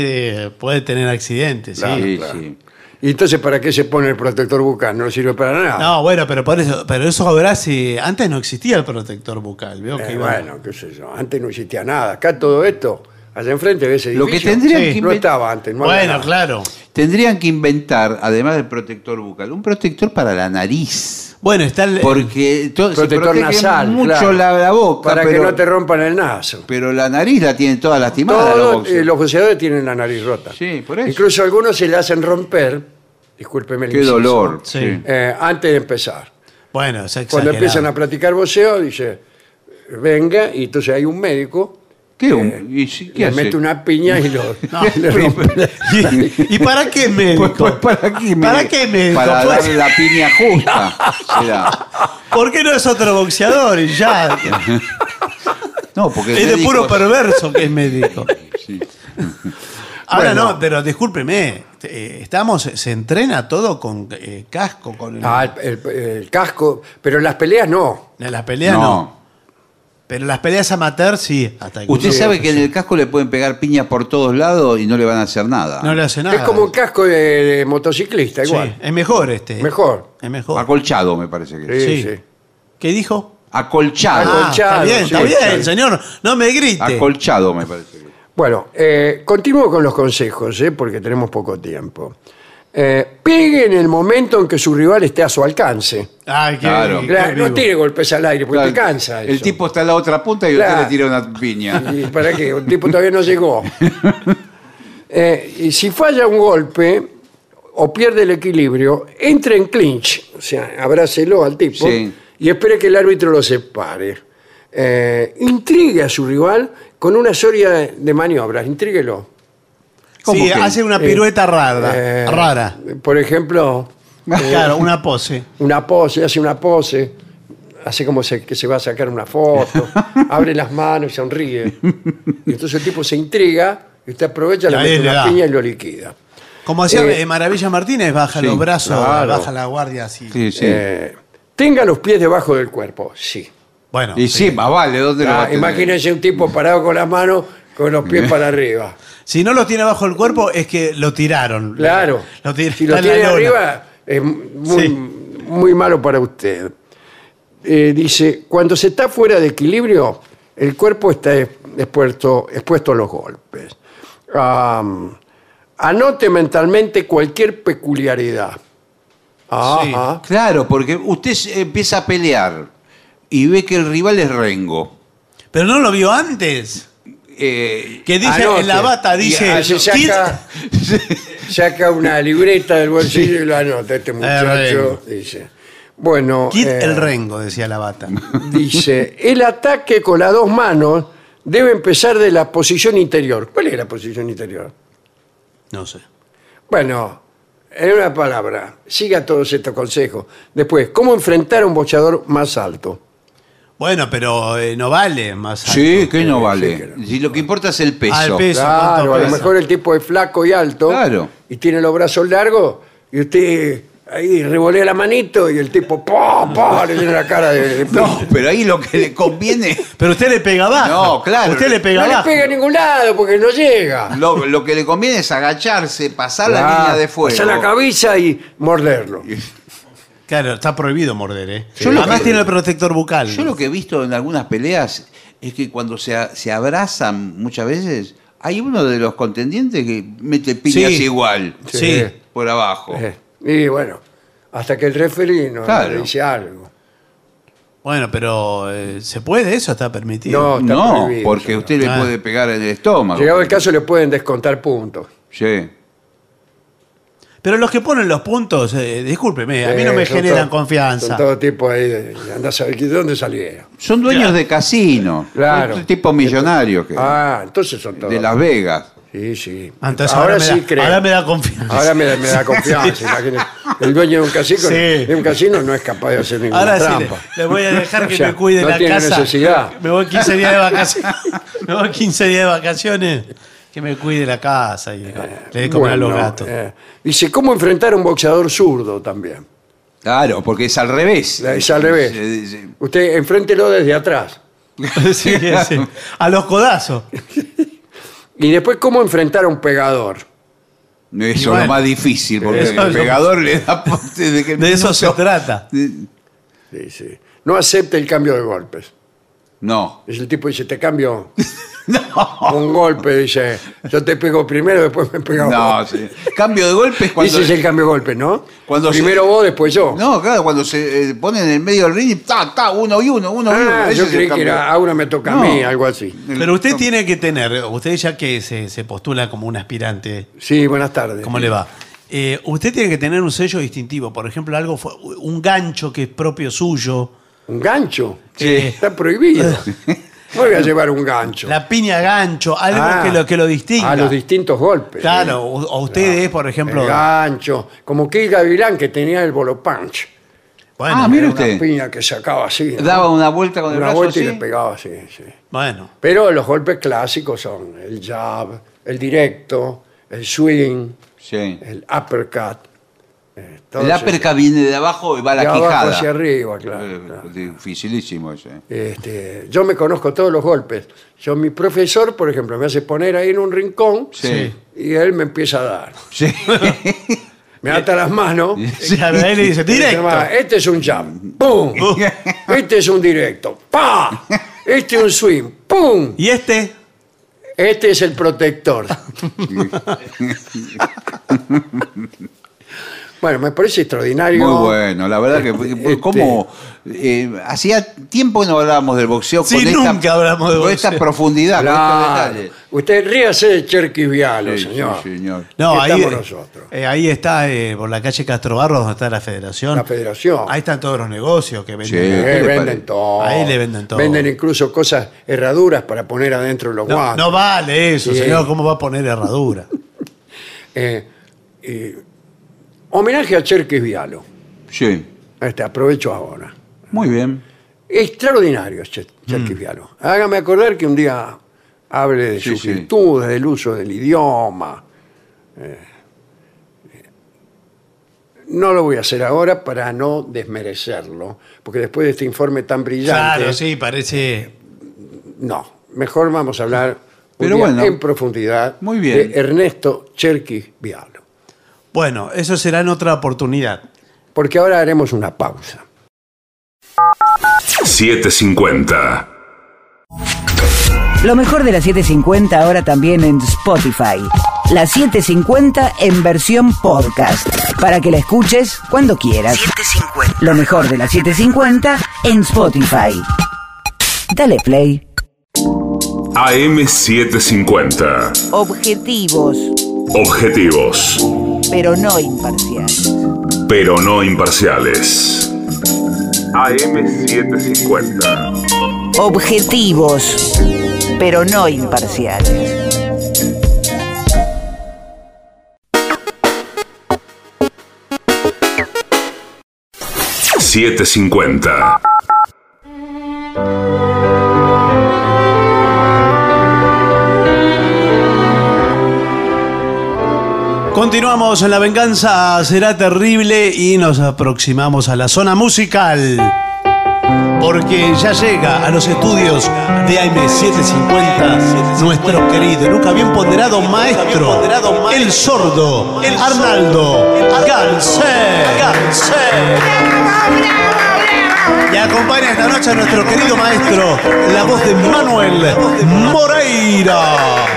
Y puede tener accidentes, Claro, sí. Sí, claro. sí. ¿Y entonces para qué se pone el protector bucal? No sirve para nada. No, bueno, pero eso ahora sí. Antes no existía el protector bucal. Veo que iba. Bueno, qué sé yo. Antes no existía nada. Acá todo esto, allá enfrente de ese Lo que edificio, tendrían Sí. que no inven- estaba antes. No había Bueno, nada. claro. Tendrían que inventar, además del protector bucal, un protector para la nariz. Bueno, está el. Porque se Protector protege nasal, mucho claro. la boca, Para pero, que no te rompan el naso. pero la nariz la tienen toda lastimada. los Todos boxeadores. los boxeadores tienen la nariz rota. Sí, por eso. Incluso algunos se le hacen romper, discúlpeme el Qué inciso, dolor. Sí. Sí. antes de empezar. Bueno, es Cuando exagerado. empiezan a practicar boxeo, dice, venga, y entonces hay un médico ¿Qué, que ¿Y sí, qué le hace? mete una piña y lo No, le rompe. ¿Y para qué médico? Pues, ¿para qué ¿Para qué médico? Para Pues- darle la piña justa. será. ¿Por qué no es otro boxeador y ya? No, porque el Es de médico- puro perverso que es médico. Sí. Ahora Bueno. no, pero discúlpeme, se entrena todo con casco, con El casco, pero en las peleas no. en las peleas no. Pero en las peleas amateur sí. Hasta que Usted uno- sabe que en el casco le pueden pegar piñas por todos lados y no le van a hacer nada. no le hace nada. Es como un casco de motociclista, Sí, igual. es mejor este. Mejor. Es mejor. Acolchado, me parece que es. Sí, Sí. sí. ¿Qué dijo? Acolchado. Acolchado, está sí, bien, sí. señor. No me grite. Acolchado, me parece que es. Bueno, continúo con los consejos, porque tenemos poco tiempo. Pegue en el momento en que su rival esté a su alcance. Ay, qué, Claro. qué Claro, no vivo. tire golpes al aire, porque Claro, te cansa. El eso. tipo está en la otra punta y Claro. usted le tira una piña. ¿Y para qué? El tipo todavía no llegó. Y si falla un golpe o pierde el equilibrio, entre en clinch, o sea, abrácelo al tipo Sí. y espere que el árbitro lo separe. Intrigue a su rival con una serie de maniobras, intríguelo. ¿Cómo Sí, que? hace una pirueta rara. Eh, Rara. Por ejemplo, Claro, una pose. una pose, hace una pose, hace como que se va a sacar una foto, abre las manos y sonríe. Y entonces el tipo se intriga y usted aprovecha, Y le ahí mete le una da. piña y lo liquida. Como hacía Eh, Maravilla Martínez, baja sí, los brazos, claro. baja la guardia así. Sí, sí. Tenga los pies debajo del cuerpo, sí. y Bueno, sí, más vale, ¿dónde lo va a tener? Imagínense un tipo parado con las manos, con los pies para arriba. si no lo tiene bajo el cuerpo es que lo tiraron. Claro. Lo tir- Si lo está en la tiene lona. arriba, es muy, Sí. muy malo para usted. Dice, cuando se está fuera de equilibrio, el cuerpo está expuesto a los golpes. Anote mentalmente cualquier peculiaridad. Ajá. Claro, porque usted empieza a pelear y ve que el rival es Rengo. Pero no lo vio antes. Que dice anote. en la bata, dice. Saca una libreta del bolsillo y lo anota este muchacho. Dice. Bueno. Kid el Rengo, decía la bata. Dice: el ataque con las dos manos debe empezar de la posición interior. ¿Cuál es la posición interior? No sé. Bueno, en una palabra, siga todos estos consejos. Después, ¿cómo enfrentar a un boxeador más alto? Bueno, pero no vale más alto. Sí, que no vale. que no. Si lo que importa es el peso. Ah, el peso. Claro, ¿cuánto a lo pesa? mejor el tipo es flaco y alto. Claro. Y tiene los brazos largos y usted ahí revolea la manito y el tipo ¡pah! Le viene la cara de No, pero ahí lo que le conviene. Pero usted le pega abajo. No, claro. Usted le pega No le abajo. pega a ningún lado porque no llega. Lo que le conviene es agacharse, pasar la Claro, línea de fuego. pasar la cabeza y morderlo. Claro, está prohibido morder, ¿eh? Yo lo Además que- tiene el protector bucal. Yo lo que he visto en algunas peleas es que cuando se abrazan muchas veces, hay uno de los contendientes que mete piñas Sí. igual. Sí. Por abajo. Y bueno, hasta que el referee no Claro. le dice algo. Bueno, pero ¿se puede eso? ¿Está permitido? No, está No, prohibido, porque eso no. usted le Ah. puede pegar en el estómago. Llegado el caso le pueden descontar puntos. Sí. Pero los que ponen los puntos, discúlpeme, a mí no me Son generan todo- confianza. Son todo tipo ahí, andás a ver de dónde salieron. Son dueños de casino. Claro. Son tipo millonarios que, Entonces son todos. de Las Vegas. Sí, sí. Entonces ahora me sí da, creo. ahora me da confianza. Ahora me da confianza. Imagínese. El dueño Sí. de un casino no es capaz de hacer ninguna Ahora sí, trampa. le voy a dejar que O sea, me cuide no la tiene casa. necesidad. Me voy 15 días de vacaciones. Me voy 15 días de vacaciones. Que me cuide la casa y le dé comer a los Bueno, gatos. dice, ¿cómo enfrentar a un boxeador zurdo también? Claro, porque es al revés. Es al revés. Usted enfréntelo desde atrás. Sí, sí. A los codazos. Y después, ¿cómo enfrentar a un pegador? Eso es bueno, lo más difícil, porque eso el es lo- pegador le da de que De eso se trata. Sí, sí. No acepte el cambio de golpes. No. Es el tipo que dice, te cambio un golpe, dice, yo te pego primero, después me pega No, vos. sí. Cambio de golpe es cuando. Ese es el cambio de golpe, ¿no? Cuando primero se- vos, después yo. No, claro, cuando se pone en el medio del ring, uno y uno. Ese Yo es el creí que cambio. era, ahora me toca No. a mí, algo así. Pero usted tiene que tener, usted ya que se postula como un aspirante, Sí, buenas tardes. ¿cómo le va? Usted tiene que tener un sello distintivo. Por ejemplo, un gancho que es propio suyo. ¿Un gancho? Sí. Está prohibido. No voy a llevar un gancho. La piña gancho, algo que lo distinga. A los distintos golpes. Claro, o usted es, por ejemplo. El gancho. Como Kid Gavilán, que tenía el bolo punch. Bueno, mire Era usted. una piña que sacaba así. ¿no? Daba una vuelta con el Una brazo vuelta y así. le pegaba así, sí. bueno. Pero los golpes clásicos son el jab, el directo, el swing, Sí. el uppercut. todo El eso. uppercut viene de abajo y va a la De abajo quijada. hacia arriba, claro. Dificilísimo ese. Yo me conozco todos los golpes. Mi profesor, por ejemplo, me hace poner ahí en un rincón Sí. y él me empieza a dar. Sí. Me ata las manos. Claro, ahí le dice, Se directo. llama, este es un jab. ¡Pum! Este es un directo. ¡Pa! Este es un swing. ¡Pum! ¿Y este? Este es el protector. Bueno, me parece extraordinario. Muy bueno, la verdad que como hacía tiempo que no hablábamos del boxeo Sí, con nunca hablamos de con boxeo. esta profundidad, con estos Claro. detalles. Usted ríase de Cherkis Vialo, Sí, señor. sí, señor. No, ahí, Estamos nosotros. ahí está, por la calle Castro Barros, donde está la federación. La federación. Ahí están todos los negocios que venden. Sí. ¿Qué le Venden parece? todo. Ahí le venden todo. Venden incluso cosas, herraduras para poner adentro de los No, guantes. no vale eso, Sí. señor. ¿Cómo va a poner herradura? Homenaje a Cherkis Vialo. Sí, Aprovecho ahora. muy bien. Extraordinario, Cherkis Vialo. Hágame acordar que un día hable de Sí, sus sí. virtudes, del uso del idioma. No lo voy a hacer ahora para no desmerecerlo, porque después de este informe tan brillante, Claro, sí, parece. no. Mejor vamos a hablar un Pero día bueno, en profundidad muy bien. de Ernesto Cherkis Vialo. Bueno, eso será en otra oportunidad. Porque ahora haremos una pausa. 750. Lo mejor de la 750 ahora también en Spotify. La 750 en versión podcast, para que la escuches cuando quieras. 750. Lo mejor de la 750 en Spotify. Dale play. AM750. Objetivos, Objetivos, pero no imparciales. pero no imparciales. AM750. Objetivos, pero no imparciales. AM750. Continuamos en La Venganza Será Terrible y nos aproximamos a la zona musical. Porque ya llega a los estudios de AM750 nuestro querido y nunca bien ponderado maestro, el sordo, Arnaldo Gansé. Y acompaña esta noche a nuestro querido maestro, la voz de Manuel Moreira.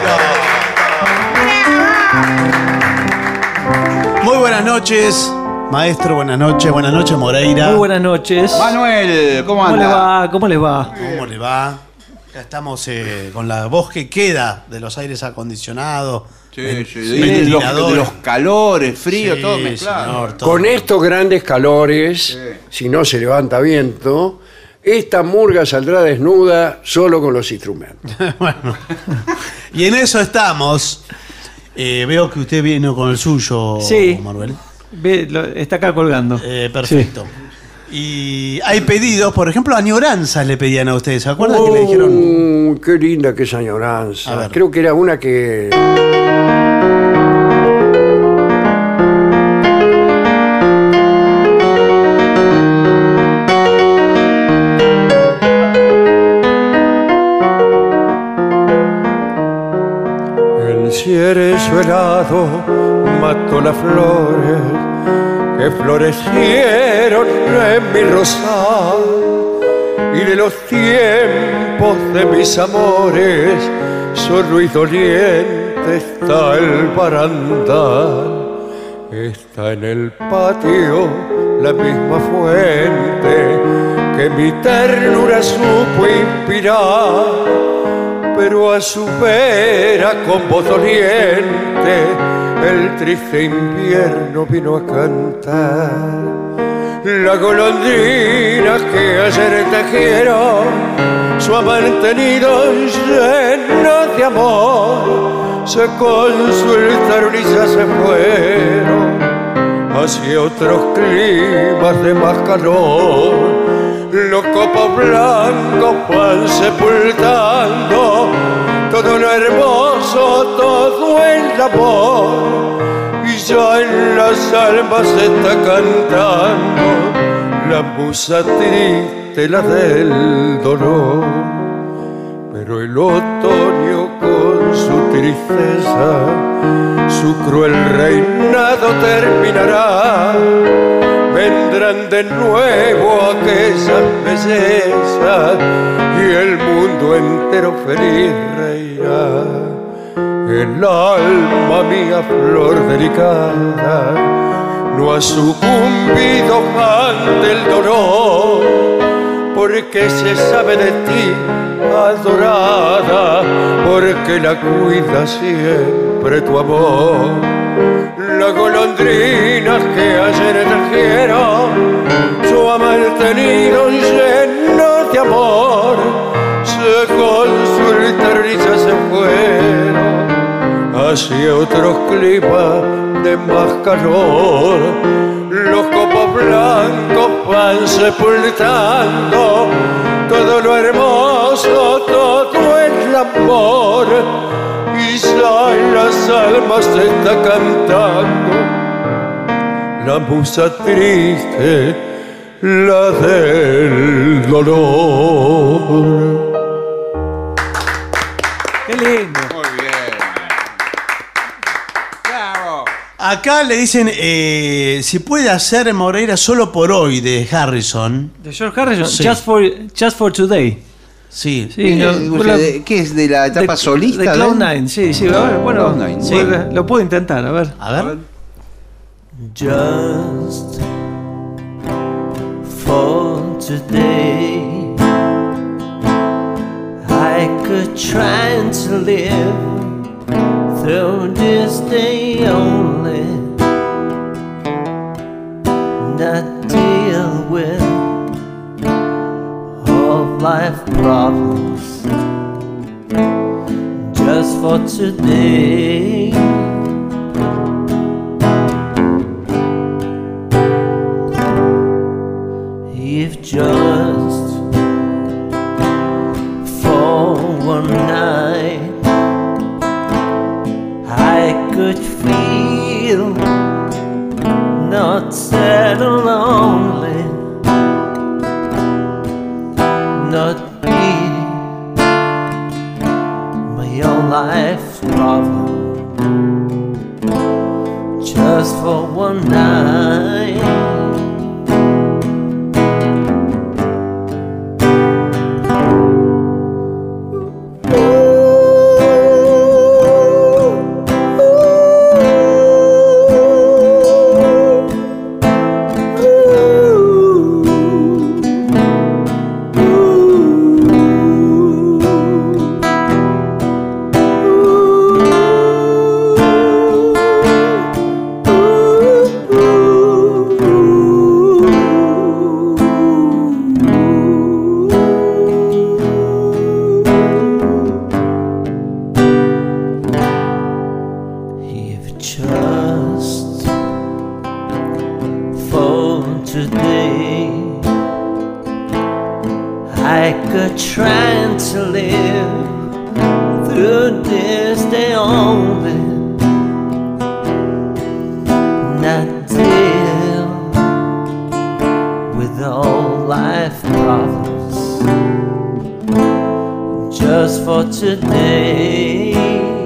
Muy buenas noches, maestro, buenas noches Moreira. Muy buenas noches. Manuel, ¿cómo anda? ¿Cómo le va? ¿Cómo le va? Ya estamos con la voz que queda de los aires acondicionados. De los calores, frío, Sí, todo mezclado. señor, todo. Con estos grandes calores, si no se levanta viento, esta murga saldrá desnuda solo con los instrumentos. Bueno, y en eso estamos. Veo que usted vino con el suyo, Sí. Manuel. Está acá colgando. Perfecto. Y hay pedidos, por ejemplo, añoranzas le pedían a ustedes. ¿Se acuerdan que le dijeron? Qué linda que es añoranza. A ver. Creo que era una que... El cierzo helado mató las flores que florecieron en mi rosal, y de los tiempos de mis amores solo y doliente está el barandal. Está en el patio la misma fuente que mi ternura supo inspirar, pero a su vera con voz doliente el triste invierno vino a cantar. La golondrina que ayer tejieron su amante nido lleno de amor se consultaron y ya se fueron hacia otros climas de más calor. Los copos blancos van sepultando todo lo hermoso, todo el amor, y ya en las almas se está cantando la musa triste, la del dolor. Pero el otoño con su tristeza, su cruel reinado terminará. Vendrán de nuevo aquellas bellezas y el mundo entero feliz reirá. El alma mía, flor delicada, no ha sucumbido ante el dolor, porque se sabe de ti, adorada, porque la cuida siempre tu amor. La golondrina que ayer trajeron su amante nido lleno de amor se consultaron y ya se fueron hacia otros climas de más calor. Los copos blancos van sepultando todo lo hermoso, todo el amor, y ya en las almas se está cantando la musa triste, la del dolor. ¡Qué lindo! Muy bien. Bravo. Acá le dicen si puede hacer Moreira solo por hoy de Harrison. De George Harrison, Sí. Just for Today. Sí. Sí, ¿Qué es? ¿De la etapa solista? De Cloud9, sí. A ver, bueno, Cloud9, sí, lo puedo intentar, a ver. A ver. Just for today, I could try to live through this day only, not deal with all life problems. Just for today. If just for one night I could feel not sad or lonely, not be my own life's problem, just for one night. Just for today, I could try to live through this day only, not deal with all life problems, just for today.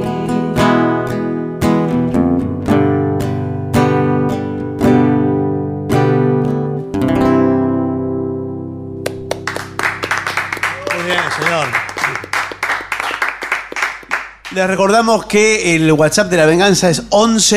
Les recordamos que el WhatsApp de La Venganza es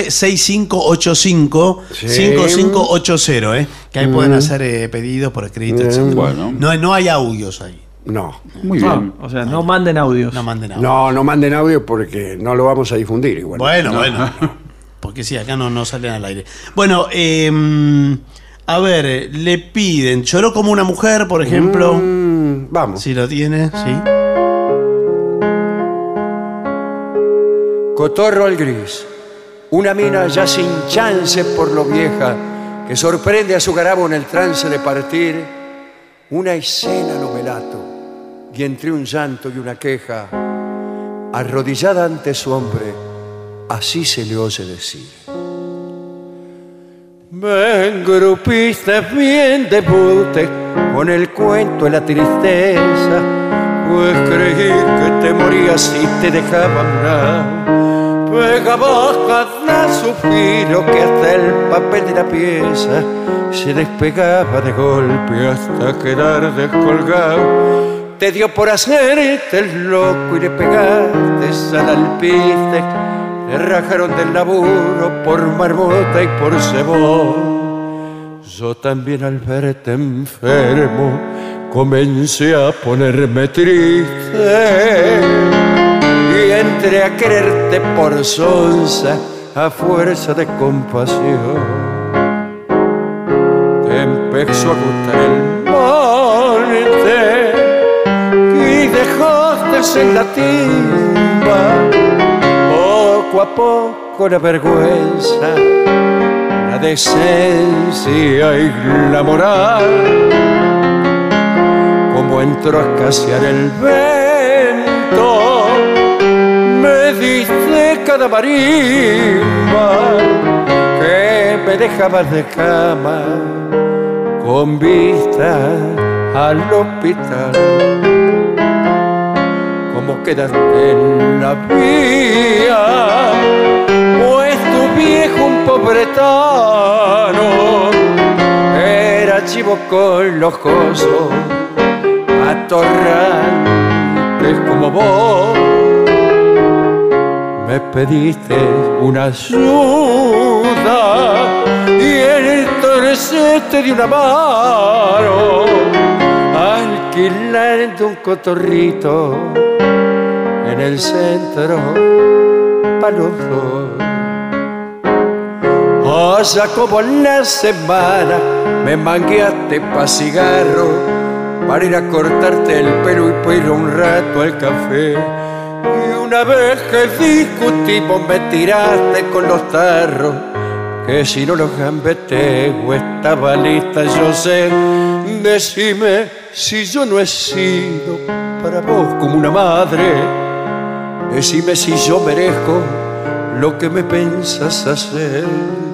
116585 5580, que ahí pueden hacer pedidos por escrito, etc. Bueno. No hay audios ahí. No. Muy bien. O sea, no manden audios. No manden audios. No manden audio porque no lo vamos a difundir igual. Bueno. Porque sí, acá no salen al aire. Bueno, a ver, le piden Lloró como una mujer, por ejemplo. Vamos. Si lo tiene, sí. Cotorro al gris, una mina ya sin chance por lo vieja, que sorprende a su garabo en el trance de partir, una escena lo melato, y entre un llanto y una queja, arrodillada ante su hombre, así se le oye decir: me engrupiste bien debute con el cuento de la tristeza, pues creí que te morías y te dejaba morar. Pegaba cada suspiro que hasta el papel de la pieza se despegaba de golpe hasta quedar descolgado. Te dio por hacerte el loco y le pegaste al alpiste. Te rajaron del laburo por marmota y por cebón. Yo también al verte enfermo comencé a ponerme triste. Y entré a quererte por sonza a fuerza de compasión. Te empezó a gustar el monte y dejaste en la timba. Poco a poco la vergüenza, la decencia y la moral, como entró a escasear el vento, me diste cada marimba que me dejabas de cama con vista al hospital. Como quedaste en la vía, pues tu viejo un pobretano era chivo con los cosos atorrante vez como vos me pediste una ayuda y entonces te di una mano alquilando un cotorrito en el centro para los dos. Allá como en la semana me mangueaste pa' cigarro para ir a cortarte el pelo y para ir un rato al café. Y una vez que discutimos me tiraste con los tarros, que si no los gambeteo estaba lista, yo sé. Decime si yo no he sido para vos como una madre. Decime si yo merezco lo que me pensas hacer.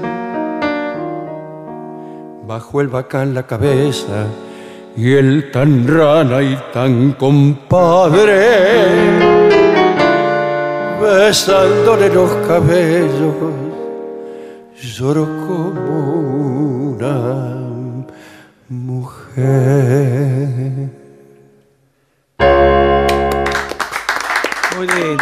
Bajo el bacán la cabeza y el tan rana y tan compadre, besándole los cabellos, lloro como una mujer. Muy lindo.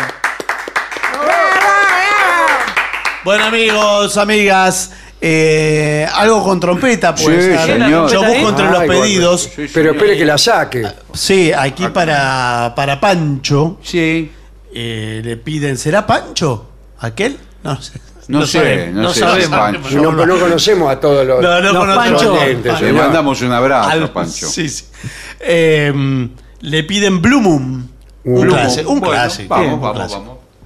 Bueno, amigos, amigas, algo con trompeta, pues. Sí, señor. Yo busco entre los pedidos. Sí, pero espere que la saque. Sí, aquí para Pancho. Sí. Le piden, ¿será Pancho? ¿Aquel? No sé. No sé, no sabemos. Pancho. No conocemos a todos los Pancho. Le mandamos un abrazo, Pancho. Sí, sí. Le piden Blue Moon. Un clásico. Vamos.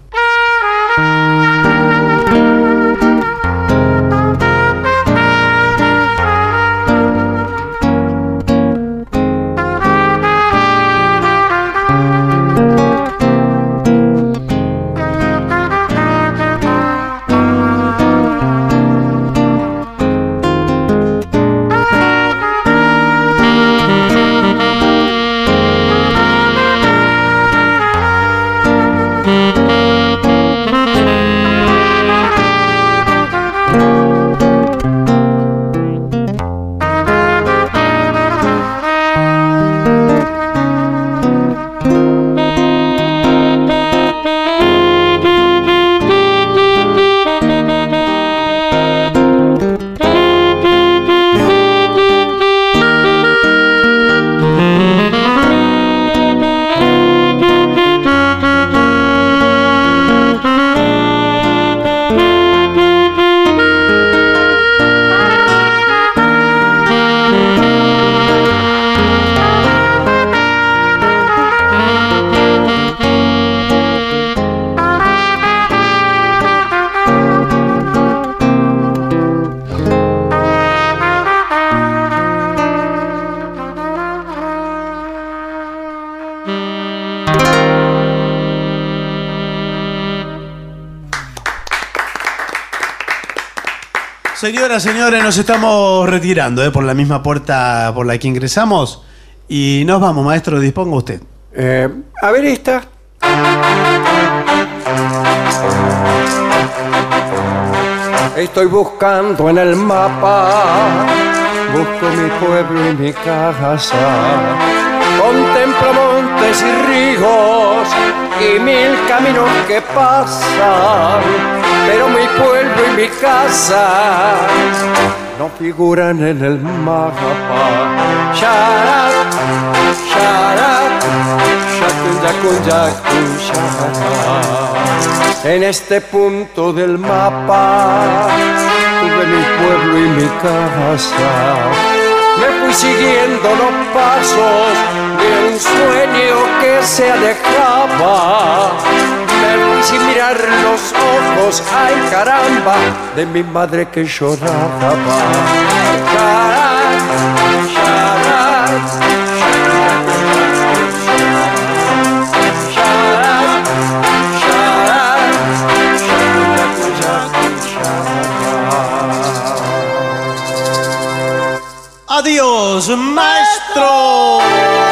Señoras, señores, nos estamos retirando por la misma puerta por la que ingresamos y nos vamos, maestro, disponga usted. A ver esta. Estoy buscando en el mapa, busco mi pueblo y mi casa. Contemplo montes y ríos y mil caminos que pasan, pero mi pueblo y mi casa no figuran en el mapa. Sharat, sharat, shakun, yakun, yakun, sharat. En este punto del mapa tuve mi pueblo y mi casa. Me fui siguiendo los pasos de un sueño que se alejaba. Me fui sin mirar los ojos, ay caramba, de mi madre que lloraba. Sharat, sharat, sharat, sharat, Adiós, maestro.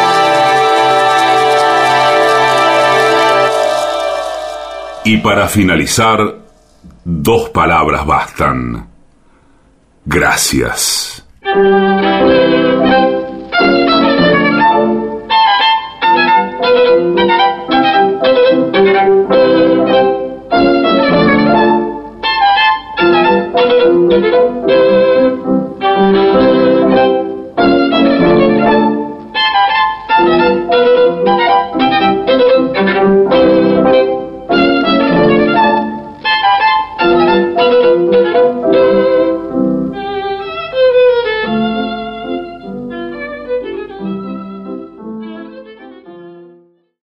Y para finalizar, 2 palabras bastan. Gracias.